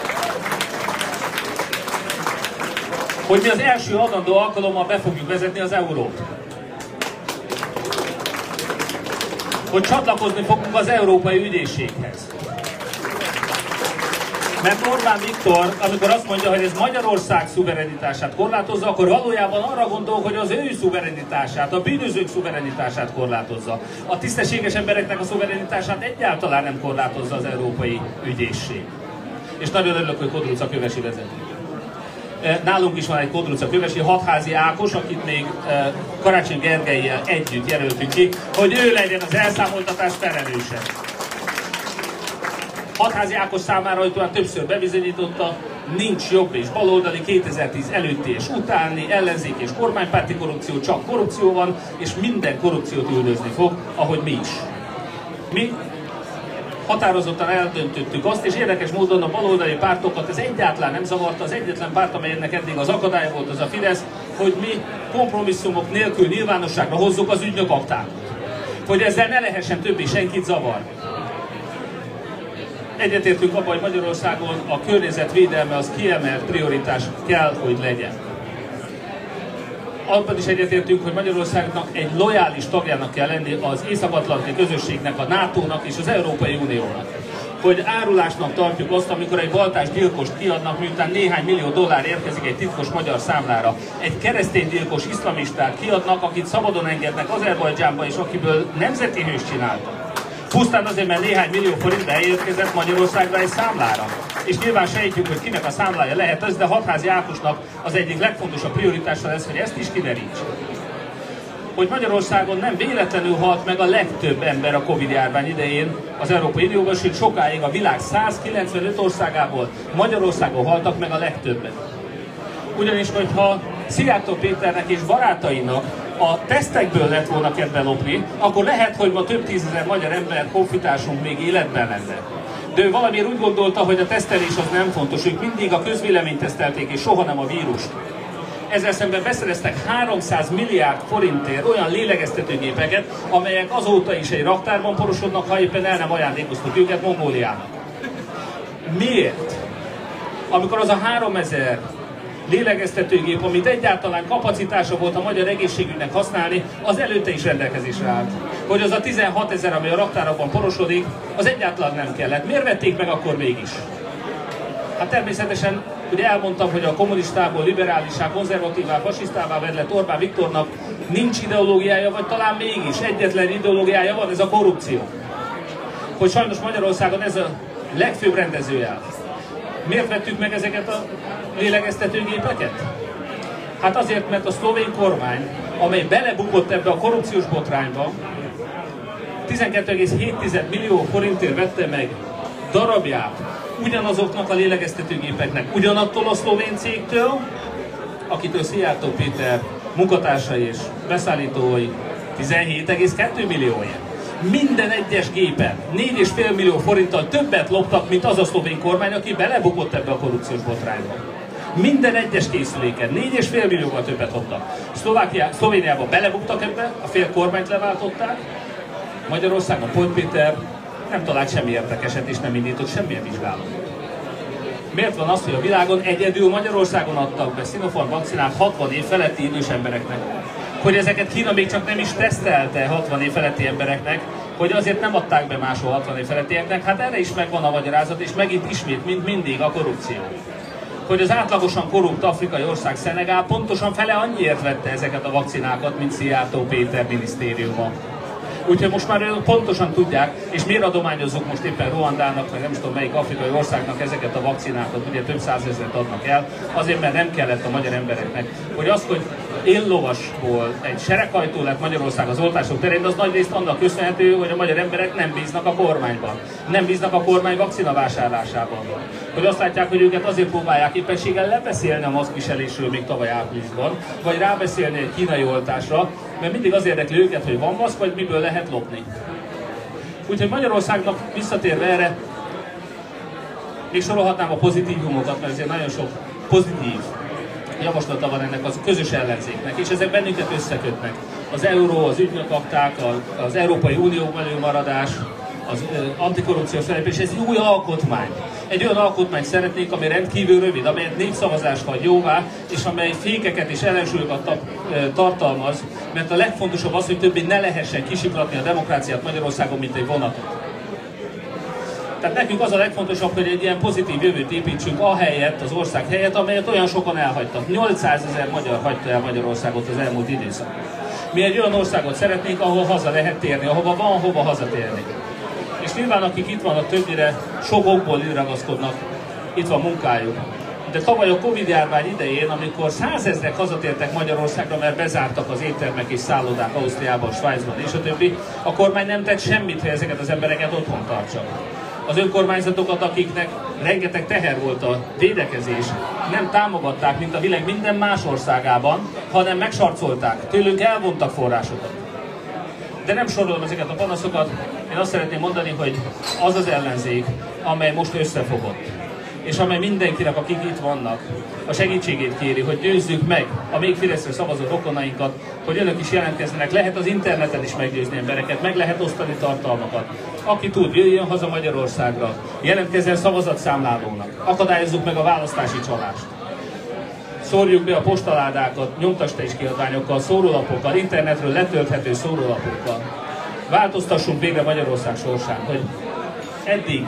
Hogy mi az első adandó alkalommal be fogjuk vezetni az eurót. Hogy csatlakozni fogunk az Európai Ügyészséghez. Mert Orbán Viktor, amikor azt mondja, hogy ez Magyarország szuverenitását korlátozza, akkor valójában arra gondol, hogy az ő szuverenitását, a bűnözők szuverenitását korlátozza. A tisztességes embereknek a szuverenitását egyáltalán nem korlátozza az Európai Ügyészség. És nagyon örülök, hogy Kodruca Kövesi vezeti. Nálunk is van egy Kodruca Kövesi, Hatházi Ákos, akit még Karácsony Gergellyel együtt jelöltünk ki, hogy ő legyen az elszámoltatás felelőse. Hatházi Ákos számára, hogy talán többször bebizonyította, nincs jobb és baloldali, 2010 előtti és utáni, ellenzék és kormánypárti korrupció, csak korrupció van, és minden korrupciót üldözni fog, ahogy mi is. Mi határozottan eldöntöttük azt, és érdekes módon a baloldali pártokat ez egyáltalán nem zavarta, az egyetlen párt, amelynek eddig az akadálya volt, az a Fidesz, hogy mi kompromisszumok nélkül nyilvánosságra hozzuk az ügynök aktákat. Hogy ezzel ne lehessen többé senkit zavarni. Egyetértünk abban, hogy Magyarországon a környezetvédelme az kiemelt prioritás kell, hogy legyen. Abban is egyetértünk, hogy Magyarországnak egy lojális tagjának kell lenni az Észak-Atlanti Közösségnek, a NATO-nak és az Európai Uniónak. Hogy árulásnak tartjuk azt, amikor egy baltás gyilkost kiadnak, miután néhány millió dollár érkezik egy titkos magyar számlára. Egy kereszténygyilkos iszlamistát kiadnak, akit szabadon engednek Azerbajdzsánba, és akiből nemzeti hős csináltak. Pusztán azért, mert néhány millió forint beérkezett Magyarországra egy számlára. És nyilván sejtjük, hogy kinek a számlája lehet ez, de Hatházi Ákosnak az egyik legfontosabb prioritása lesz, hogy ezt is kiderítse. Hogy Magyarországon nem véletlenül halt meg a legtöbb ember a Covid-járvány idején az Európai Unióban, sőt sokáig a világ 195 országából Magyarországon haltak meg a legtöbben. Ugyanis, hogyha Szijjártó Péternek és barátainak a tesztekből lett volna kedve lopni, akkor lehet, hogy ma több tízezer magyar ember, honfitársunk még életben lenne. De ő valamiért úgy gondolta, hogy a tesztelés az nem fontos, ők mindig a közvéleményt tesztelték, és soha nem a vírust. Ezzel szemben beszereztek 300 milliárd forintért olyan lélegeztetőgépeket, amelyek azóta is egy raktárban porosodnak, ha éppen el nem ajándékoztuk őket Mongóliának. Miért? Amikor az a 3000 lélegeztetőgép, amit egyáltalán kapacitása volt a magyar egészségügynek használni, az előtte is rendelkezésre állt. Hogy az a 16 000, ami a raktárakban porosodik, az egyáltalán nem kellett. Miért vették meg akkor mégis? Hát természetesen Ugye elmondtam, hogy a kommunistából liberálissá, konzervatívá, fasisztává vedlett Orbán Viktornak nincs ideológiája, vagy talán mégis egyetlen ideológiája van, ez a korrupció. Hogy sajnos Magyarországon ez a legfőbb rendezőjel. Miért vettük meg ezeket a lélegeztetőgépeket? Hát azért, mert a szlovén kormány, amely belebukott ebbe a korrupciós botrányba, 12,7 millió forintért vette meg darabját ugyanazoknak a lélegeztetőgépeknek, ugyanattól a szlovén cégtől, akitől Szijjártó Péter munkatársai és beszállítói 17,2 millióért. Minden egyes gépen 4,5 millió forinttal többet loptak, mint az a szlovén kormány, aki belebukott ebbe a korrupciós botrányba. Minden egyes készüléken 4,5 millióval többet loptak. Szlovéniában belebuktak ebbe, a fél kormányt leváltották, Magyarországon Polt Péter nem talált semmi érdekeset és nem indított semmilyen vizsgálatot. Miért van az, hogy a világon egyedül Magyarországon adtak be Sinopharm vakcinát 60 év feletti idős embereknek? Hogy ezeket Kína még csak nem is tesztelte 60 év feletti embereknek, hogy azért nem adták be máshol 60 év felettieknek, hát erre is megvan a magyarázat, és megint ismét, mint mindig, a korrupció. Hogy az átlagosan korrupt afrikai ország Szenegál pontosan fele annyiért vette ezeket a vakcinákat, mint Szijjártó Péter minisztériuma. Úgyhogy most már pontosan tudják, és miért adományozzuk most éppen Ruandának, vagy nem is tudom melyik afrikai országnak ezeket a vakcinákat, ugye több százezret adnak el, azért mert nem kellett a magyar embereknek. Hogy az, hogy éllovasból egy sereghajtó lett Magyarország az oltások terén, az nagy részt annak köszönhető, hogy a magyar emberek nem bíznak a kormányban. Nem bíznak a kormány vakcinavásárlásában. Hogy azt látják, hogy őket azért próbálják éppenséggel lebeszélni a maszkviselésről még tavaly áprilisban, vagy rábeszélni egy kínai oltásra, mert mindig az érdekli őket, hogy van maszk, vagy miből lehet lopni. Úgyhogy Magyarországnak visszatérve erre, még sorolhatnám a pozitívumokat, mert azért nagyon sok pozitív javaslata van ennek az közös ellenzéknek, és ezek bennünket összekötnek. Az euró, az ügynökakták, az Európai Unió előmaradás, az antikorrupciós felépés, ez egy új alkotmány. Egy olyan alkotmányt szeretnénk, ami rendkívül rövid, amelyet népszavazás hagy jóvá, és amely fékeket és ellensúlyokat tartalmaz, mert a legfontosabb az, hogy többé ne lehessen kisiklatni a demokráciát Magyarországon, mint egy vonatot. Tehát nekünk az a legfontosabb, hogy egy ilyen pozitív jövőt építsünk ahelyett, az ország helyett, amelyet olyan sokan elhagytak. 800 000 magyar hagyta el Magyarországot az elmúlt időszakban. Mi egy olyan országot szeretnénk, ahol haza lehet térni, ahova van hova hazatérni. És nyilván akik itt vannak, többnyire sok okból ragaszkodnak, itt van munkájuk. De tavaly a Covid-járvány idején, amikor 100 000-ek hazatértek Magyarországra, mert bezártak az éttermek és szállodák Ausztriában, Svájcban és a többi, a kormány nem tett semmit, hogy ezeket az embereket otthon tartsa. Az önkormányzatokat, akiknek rengeteg teher volt a védekezés, nem támogatták, mint a világ minden más országában, hanem megsarcolták, tőlünk elvontak forrásokat. De nem sorolom ezeket a panaszokat, én azt szeretném mondani, hogy az az ellenzék, amely most összefogott, és amely mindenkinek, akik itt vannak, a segítségét kéri, hogy győzzük meg a még Fideszre szavazó rokonainkat, hogy önök is jelentkezzenek. Lehet az interneten is meggyőzni embereket, meg lehet osztani tartalmakat. Aki tud, jöjjön haza Magyarországra, jelentkezzen szavazatszámlálónak, akadályozzuk meg a választási csalást. Szórjuk be a postaládákat nyomtastés kiadványokkal, szórólapokkal, internetről letölthető szórólapokkal. Változtassunk végre Magyarország sorsán, hogy eddig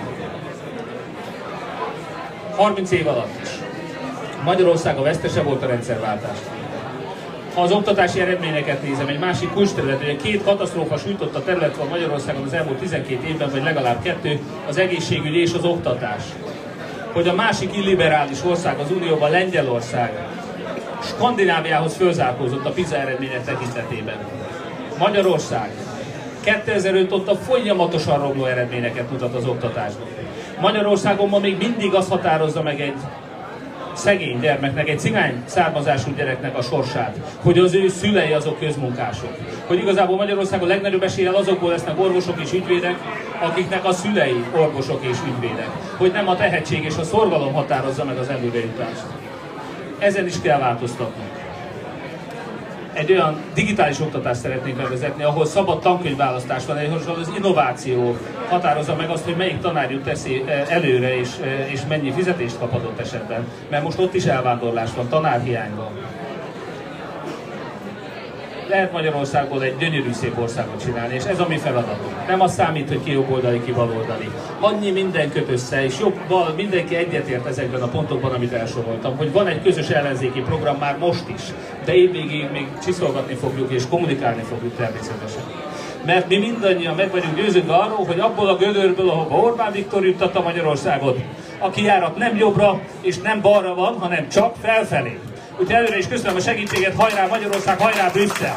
30 év alatt is Magyarország a vesztese volt a rendszerváltásnak. Ha az oktatási eredményeket nézem, egy másik kulcsterület, hogy két katasztrófa sújtotta terület van Magyarországon az elmúlt 12 évben, vagy legalább 2, az egészségügy és az oktatás. Hogy a másik illiberális ország az Unióban, Lengyelország, Skandináviához fölzárkózott a PISA eredmények tekintetében. Magyarország 2005 óta folyamatosan romló eredményeket mutat az oktatásban. Magyarországon ma még mindig azt határozza meg egy szegény gyermeknek, egy cigány származású gyereknek a sorsát, hogy az ő szülei azok közmunkások. Hogy igazából Magyarországon legnagyobb eséllyel azokból lesznek orvosok és ügyvédek, akiknek a szülei orvosok és ügyvédek. Hogy nem a tehetség és a szorgalom határozza meg az előrejutást. Ezen is kell változtatni. Egy olyan digitális oktatást szeretnénk bevezetni, ahol szabad tankönyvválasztás van, ahol az innováció határozza meg azt, hogy melyik tanár jut teszi előre, és mennyi fizetést kap adott esetben. Mert most ott is elvándorlás van, tanárhiány van. lehet Magyarországból egy gyönyörű szép országot csinálni, és ez a mi feladatunk. Nem az számít, hogy ki jobboldali, ki baloldali. Annyi minden köt össze, és jobbal mindenki egyetért ezekben a pontokban, amit elsoroltam, hogy van egy közös ellenzéki program már most is, de évvégéig még csiszolgatni fogjuk és kommunikálni fogjuk természetesen. Mert mi mindannyian meg vagyunk győződve arról, hogy abból a gödörből, ahol Orbán Viktor juttatta Magyarországot, a kijárat nem jobbra és nem balra van, hanem csak felfelé. Úgyhogy előre is köszönöm a segítséget, hajrá Magyarország, hajrá Brüsszel!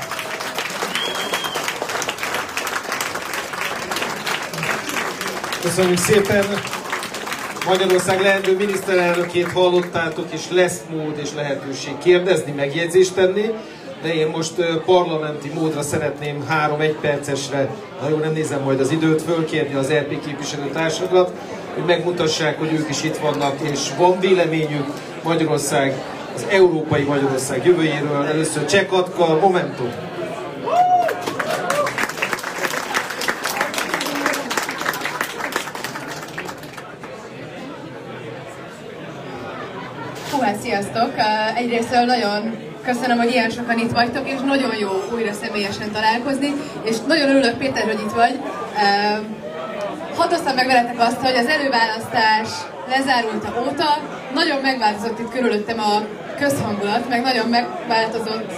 Köszönjük szépen! Magyarország leendő miniszterelnökét hallottátok, és lesz mód és lehetőség kérdezni, megjegyzést tenni, de én most parlamenti módra szeretném 3-1 percesre, nagyon nem nézem majd az időt, fölkérni az RP képviselőtársakat, hogy megmutassák, hogy ők is itt vannak, és van véleményük Magyarország, az európai Magyarország jövőjéről. Először Cseh Katka, Momentum. Sziasztok! Egyrésztről nagyon köszönöm, hogy ilyen sokan itt vagytok, és nagyon jó újra személyesen találkozni, és nagyon örülök, Péter, hogy itt vagy. Hadd osszam meg veletek azt, hogy az előválasztás lezárulta óta nagyon megváltozott itt körülöttem a közhangulat, meg nagyon megváltozott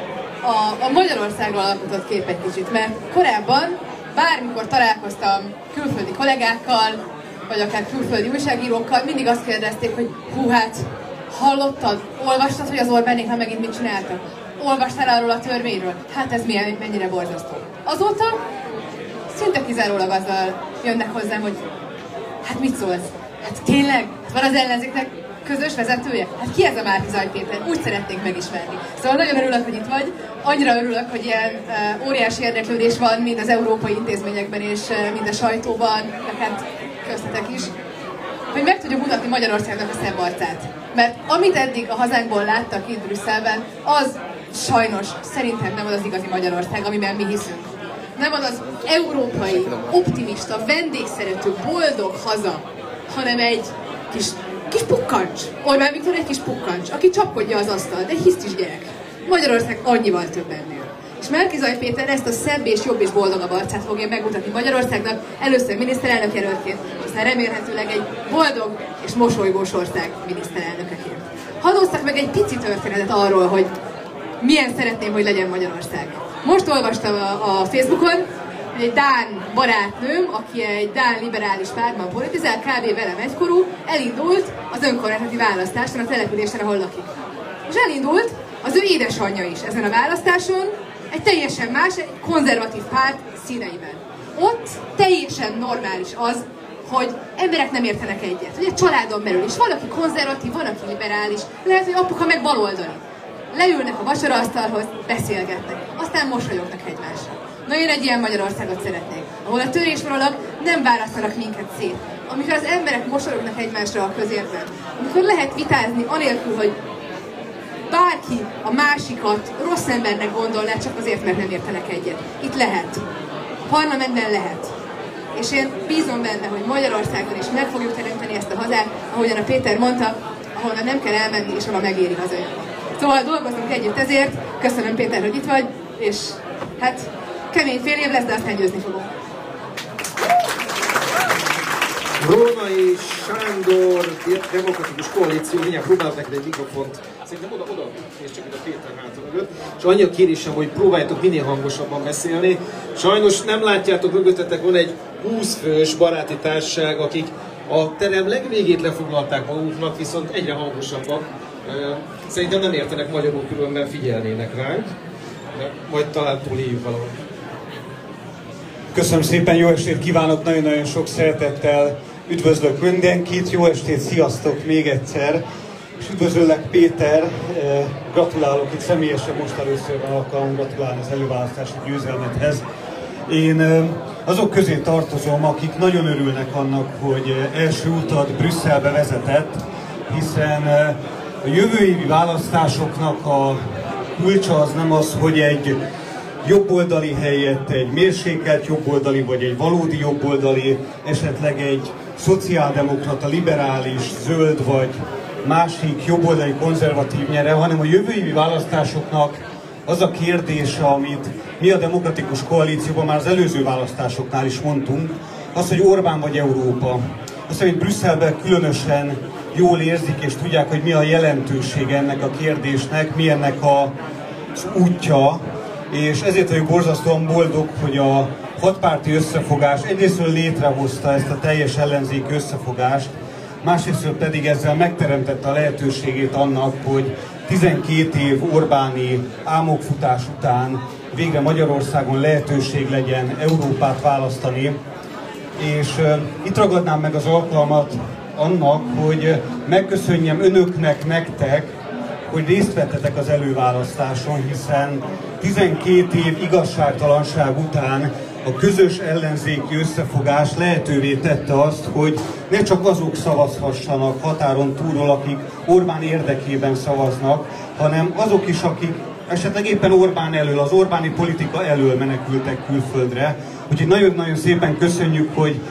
a Magyarországról alkotott kép egy kicsit, mert korábban bármikor találkoztam külföldi kollégákkal, vagy akár külföldi újságírókkal, mindig azt kérdezték, hogy hú, hát hallottad, olvastad, hogy az Orbánék már megint mit csináltak? Olvastál arról a törvényről? Hát ez mennyire borzasztó. Azóta szinte kizárólag azzal jönnek hozzám, hogy hát mit szólsz? Hát tényleg? Van az ellenzéknek közös vezetője? Hát ki ez a Márki-Zay Péter? Úgy szeretnénk megismerni. Szóval nagyon örülök, hogy itt vagy. Annyira örülök, hogy ilyen óriási érdeklődés van mind az európai intézményekben és mind a sajtóban, hát köztetek is, hogy meg tudjuk mutatni Magyarországnak a szebb arcát. Mert amit eddig a hazánkból láttak itt Brüsszelben, az sajnos szerintem nem az az igazi Magyarország, amiben mi hiszünk. Nem az az európai, optimista, vendégszerető, boldog haza, hanem egy kis pukkancs. Orbán Viktor egy kis pukkancs, aki csapkodja az asztalt, egy hisztis gyerek. Magyarország annyival több ennél. És Márki-Zay Péter ezt a szebb és jobb és boldogabb arcát fogja megmutatni Magyarországnak, először miniszterelnök jelöltként, aztán remélhetőleg egy boldog és mosolygós ország miniszterelnökeként. Hadd osszak meg egy pici történetet arról, hogy milyen szeretném, hogy legyen Magyarország. Most olvastam a Facebookon, hogy egy dán barátnőm, aki egy dán liberális pártban politizál, kb. Velem egykorú, elindult az önkormányzati választáson a településen, ahol lakik. És elindult az ő édesanyja is ezen a választáson, egy teljesen más, egy konzervatív párt színeiben. Ott teljesen normális az, hogy emberek nem értenek egyet. Ugye családon belül is. Valaki konzervatív, van, aki liberális, lehet, hogy apuka meg baloldali. Leülnek a vacsoraasztalhoz, beszélgetnek, aztán mosolyognak egymásra. Na, én egy ilyen Magyarországot szeretnék, ahol a törésvonalak nem választanak minket szét. Amikor az emberek mosolyognak egymásra a közértben. Amikor lehet vitázni anélkül, hogy bárki a másikat rossz embernek gondolná, csak azért, mert nem értenek egyet. Itt lehet. A parlamentben lehet. És én bízom benne, hogy Magyarországon is meg fogjuk teremteni ezt a hazát, ahogyan a Péter mondta, ahonnan nem kell elmenni, és ahol megéri hazajönni. Szóval dolgozunk együtt ezért. Köszönöm, Péter, hogy itt vagy, és hát kemény fél év lesz, de aztán győzni fogok. Rónai Sándor, Demokratikus Koalíció, mindjárt próbálok neked egy mikrofont. Szerintem oda, és csak itt a Péter hátra mögött. És annyi a kérésem, hogy próbáljátok minél hangosabban beszélni. Sajnos nem látjátok, mögöttetek van egy 20 fős baráti társaság, akik a terem legvégét lefoglalták maguknak, viszont egyre hangosabbak. Szerintem nem értenek magyarul, különben figyelnének ránk. De majd talán túléljük valahogy. Köszönöm szépen, jó estét kívánok, nagyon-nagyon sok szeretettel üdvözlök mindenkit, jó estét, sziasztok még egyszer, és üdvözöllek Péter, gratulálok itt személyesen, most először van alkalom gratulálni az előválasztási győzelmedhez. Én azok közé tartozom, akik nagyon örülnek annak, hogy első utat Brüsszelbe vezetett, hiszen a jövő évi választásoknak a kulcsa az nem az, hogy egy jobboldali helyett egy mérsékelt jobboldali, vagy egy valódi jobboldali, esetleg egy szociáldemokrata, liberális, zöld vagy másik jobboldali konzervatív nyere, hanem a jövő évi választásoknak az a kérdés, amit mi a Demokratikus Koalícióban már az előző választásoknál is mondtunk, az, hogy Orbán vagy Európa. Azt, amit Brüsszelben különösen jól érzik és tudják, hogy mi a jelentősége ennek a kérdésnek, mi ennek az útja, és ezért vagyok borzasztóan boldog, hogy a hatpárti összefogás egyrésztről létrehozta ezt a teljes ellenzéki összefogást, másrésztről pedig ezzel megteremtette a lehetőségét annak, hogy 12 év Orbáni álmokfutás után végre Magyarországon lehetőség legyen Európát választani. És itt ragadnám meg az alkalmat annak, hogy megköszönjem önöknek, nektek, hogy részt vettetek az előválasztáson, hiszen 12 év igazságtalanság után a közös ellenzéki összefogás lehetővé tette azt, hogy ne csak azok szavazhassanak határon túlról, akik Orbán érdekében szavaznak, hanem azok is, akik esetleg éppen Orbán elől, az Orbáni politika elől menekültek külföldre. Úgyhogy nagyon-nagyon szépen köszönjük, hogy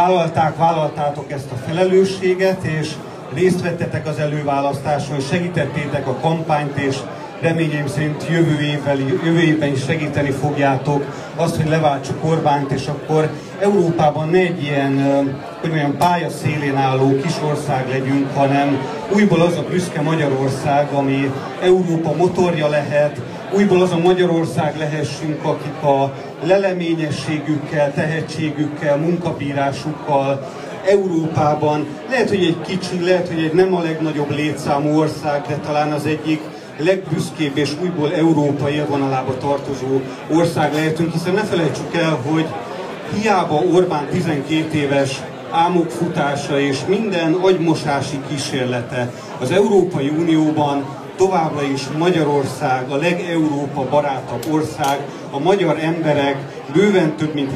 vállaltátok ezt a felelősséget, és részt vettetek az előválasztáson, segítettétek a kampányt, és reményeim szerint jövő évben is segíteni fogjátok azt, hogy leváltsuk Orbánt, és akkor Európában ne egy ilyen pályaszélén álló kis ország legyünk, hanem újból az a büszke Magyarország, ami Európa motorja lehet, újból az a Magyarország lehessünk, akik a leleményességükkel, tehetségükkel, munkabírásukkal Európában, lehet, hogy egy kicsi, lehet, hogy egy nem a legnagyobb létszámú ország, de talán az egyik legbüszkébb és újból európai élvonalába tartozó ország lehetünk, hiszen ne felejtsük el, hogy hiába Orbán 12 éves álmokfutása és minden agymosási kísérlete az Európai Unióban továbbra is Magyarország a legeurópa barátabb ország, a magyar emberek bőven több mint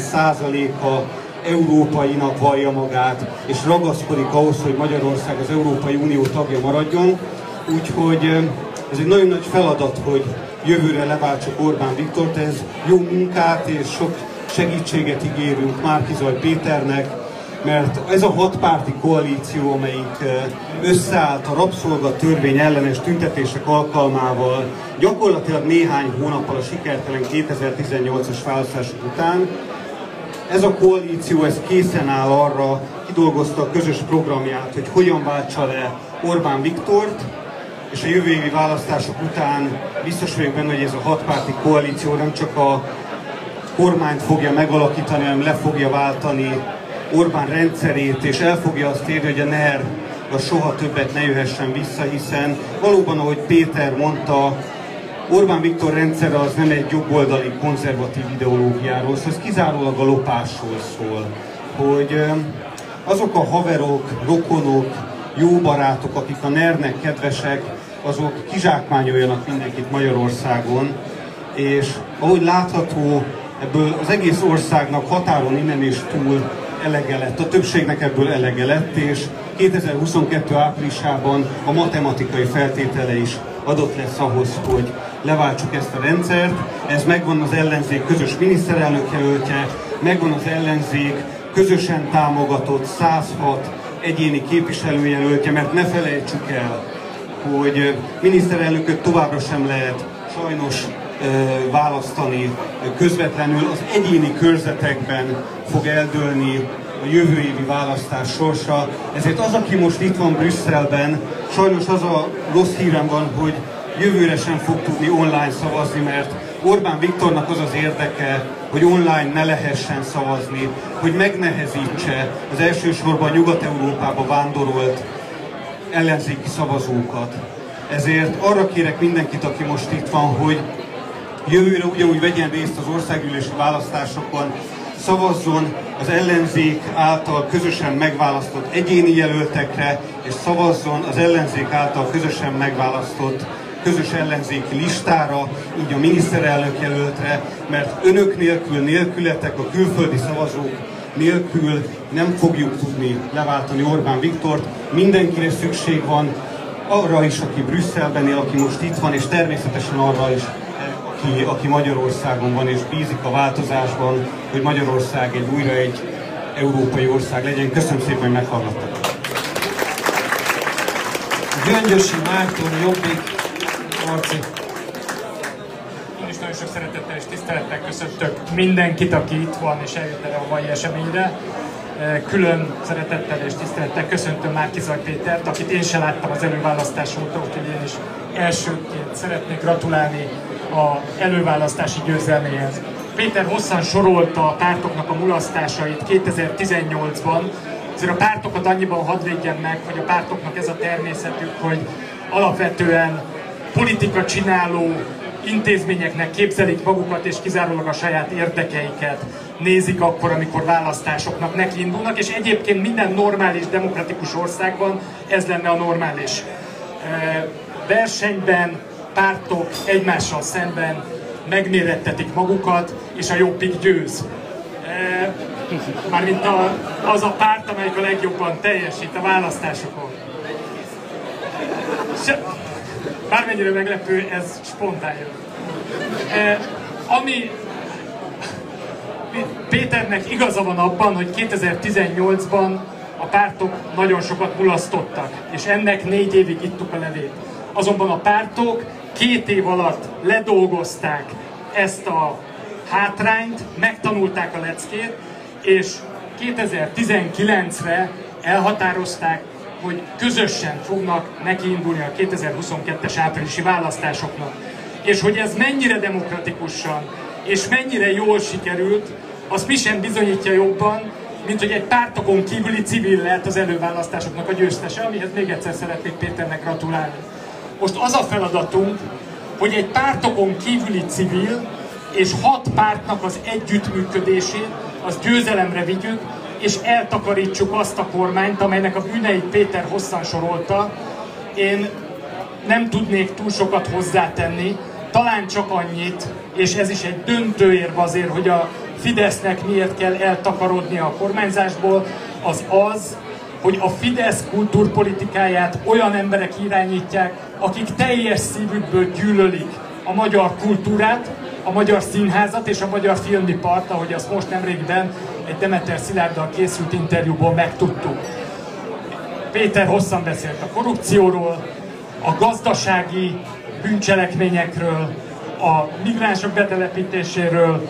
70%-a európainak vallja magát, és ragaszkodik ahhoz, hogy Magyarország az Európai Unió tagja maradjon. Úgyhogy ez egy nagyon nagy feladat, hogy jövőre leváltsuk Orbán Viktort, ez jó munkát és sok segítséget ígérünk Márki-Zay Péternek, mert ez a hatpárti koalíció, amelyik összeállt a rabszolgatörvény ellenes tüntetések alkalmával, gyakorlatilag néhány hónappal a sikertelen 2018-as választások után, ez a koalíció ez készen áll arra, kidolgozta a közös programját, hogy hogyan váltsa le Orbán Viktort, és a jövő évi választások után biztos vagyok benne, hogy ez a hatpárti koalíció nem csak a kormányt fogja megalakítani, hanem le fogja váltani Orbán rendszerét, és el fogja azt érni, hogy a NER soha többet ne jöhessen vissza, hiszen valóban, ahogy Péter mondta, Orbán Viktor rendszere az nem egy jobboldali konzervatív ideológiáról szól, ez kizárólag a lopásról szól, hogy azok a haverok, rokonok, jó barátok, akik a NER-nek kedvesek, azok kizsákmányoljanak mindenkit Magyarországon, és ahogy látható, ebből az egész országnak határon innen és túl elege lett, a többségnek ebből elege lett, és 2022 áprilisában a matematikai feltétele is adott lesz ahhoz, hogy leváltsuk ezt a rendszert. Ez megvan az ellenzék közös miniszterelnök jelöltje, megvan az ellenzék közösen támogatott 106 egyéni képviselőjelöltje, mert ne felejtsük el, hogy miniszterelnököt továbbra sem lehet sajnos választani közvetlenül, az egyéni körzetekben fog eldőlni a jövő évi választás sorsa. Ezért az, aki most itt van Brüsszelben, sajnos az a rossz hírem van, hogy jövőre sem fog tudni online szavazni, mert Orbán Viktornak az az érdeke, hogy online ne lehessen szavazni, hogy megnehezítse az elsősorban Nyugat-Európába vándorolt ellenzéki szavazókat. Ezért arra kérek mindenkit, aki most itt van, hogy jövőre ugyanúgy vegyen részt az országgyűlési választásokon, szavazzon az ellenzék által közösen megválasztott egyéni jelöltekre, és szavazzon az ellenzék által közösen megválasztott közös ellenzéki listára, így a miniszterelnök jelöltre, mert önök nélkületek, a külföldi szavazók nélkül nem fogjuk tudni leváltani Orbán Viktort. Mindenkire szükség van, arra is, aki Brüsszelben él, aki most itt van, és természetesen arra is, aki Magyarországon van, és bízik a változásban, hogy Magyarország újra egy európai ország legyen. Köszönöm szépen, hogy meghallgattak. Gyöngyösi Márton, Jobbik, Marci. is nagyon sok szeretettel és tisztelettel köszöntök mindenkit, aki itt van és eljött erre a mai eseményre. Külön szeretettel és tisztelettel köszöntöm Márki-Zay Pétert, akit én sem láttam az előválasztás óta, úgyhogy én is elsőként szeretnék gratulálni az előválasztási győzelméhez. Péter hosszan sorolta a pártoknak a mulasztásait 2018-ban, azért a pártokat annyiban hadd védjem meg, hogy a pártoknak ez a természetük, hogy alapvetően politika csináló intézményeknek képzelik magukat, és kizárólag a saját érdekeiket nézik akkor, amikor választásoknak nekiindulnak, és egyébként minden normális, demokratikus országban ez lenne a normális. Versenyben pártok egymással szemben megmérettetik magukat, és a jobbik győz. Mármint az a párt, amelyik a legjobban teljesít a választásokon. Bármennyire meglepő, ez spontán jön. Ami Péternek igaza van abban, hogy 2018-ban a pártok nagyon sokat mulasztottak, és ennek 4 évig ittuk a levét. Azonban a pártok 2 év alatt ledolgozták ezt a hátrányt, megtanulták a leckét, és 2019-re elhatározták, hogy közösen fognak nekiindulni a 2022-es áprilisi választásoknak. És hogy ez mennyire demokratikusan és mennyire jól sikerült, azt mi sem bizonyítja jobban, mint hogy egy pártokon kívüli civil lett az előválasztásoknak a győztese, amihez még egyszer szeretnék Péternek gratulálni. Most az a feladatunk, hogy egy pártokon kívüli civil és 6 pártnak az együttműködését, az győzelemre vigyük, és eltakarítsuk azt a kormányt, amelynek a bűneit Péter hosszan sorolta. Én nem tudnék túl sokat hozzátenni, talán csak annyit, és ez is egy döntő érv azért, hogy a Fidesznek miért kell eltakarodnia a kormányzásból, az, hogy a Fidesz kultúrpolitikáját olyan emberek irányítják, akik teljes szívükből gyűlölik a magyar kultúrát, a magyar színházat és a magyar filmipart, ahogy azt most nemrégben egy Demeter Szilárddal készült interjúból megtudtuk. Péter hosszan beszélt a korrupcióról, a gazdasági bűncselekményekről, a migránsok betelepítéséről,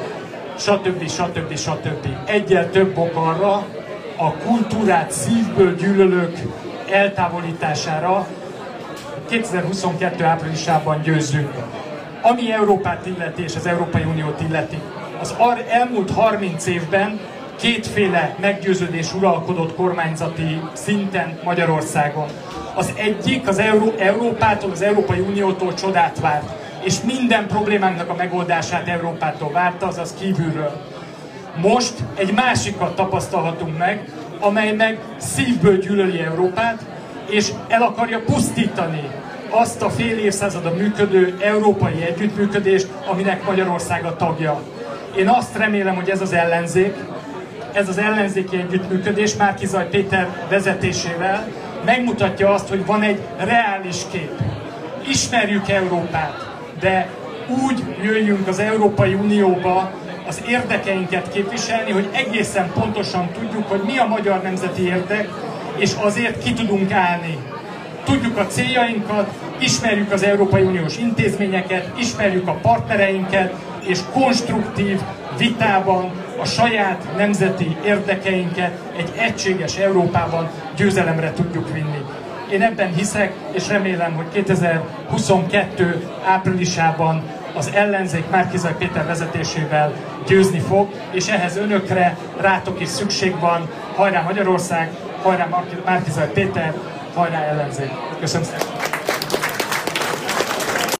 stb. Egyel több ok arra, a kultúrát szívből gyűlölők eltávolítására 2022. áprilisában győzzünk. Ami Európát illeti és az Európai Uniót illeti, az elmúlt 30 évben 2 meggyőződés uralkodott kormányzati szinten Magyarországon. Az egyik az Európától, az Európai Uniótól csodát várt, és minden problémánknak a megoldását Európától várta, azaz kívülről. Most egy másikat tapasztalhatunk meg, amely meg szívből gyűlöli Európát, és el akarja pusztítani azt a fél évszázada működő európai együttműködést, aminek Magyarország a tagja. Én azt remélem, hogy ez az ellenzéki együttműködés Márki-Zay Péter vezetésével megmutatja azt, hogy van egy reális kép. Ismerjük Európát, de úgy jöjjünk az Európai Unióba az érdekeinket képviselni, hogy egészen pontosan tudjuk, hogy mi a magyar nemzeti érdek, és azért ki tudunk állni. Tudjuk a céljainkat, ismerjük az Európai Uniós intézményeket, ismerjük a partnereinket, és konstruktív vitában a saját nemzeti érdekeinket egy egységes Európában győzelemre tudjuk vinni. Én ebben hiszek, és remélem, hogy 2022. áprilisában az ellenzék Márki-Zay Péter vezetésével győzni fog, és ehhez önökre, rátok is szükség van. Hajrá Magyarország, hajrá Márki-Zay Péter, hajrá ellenzék! Köszönöm szépen!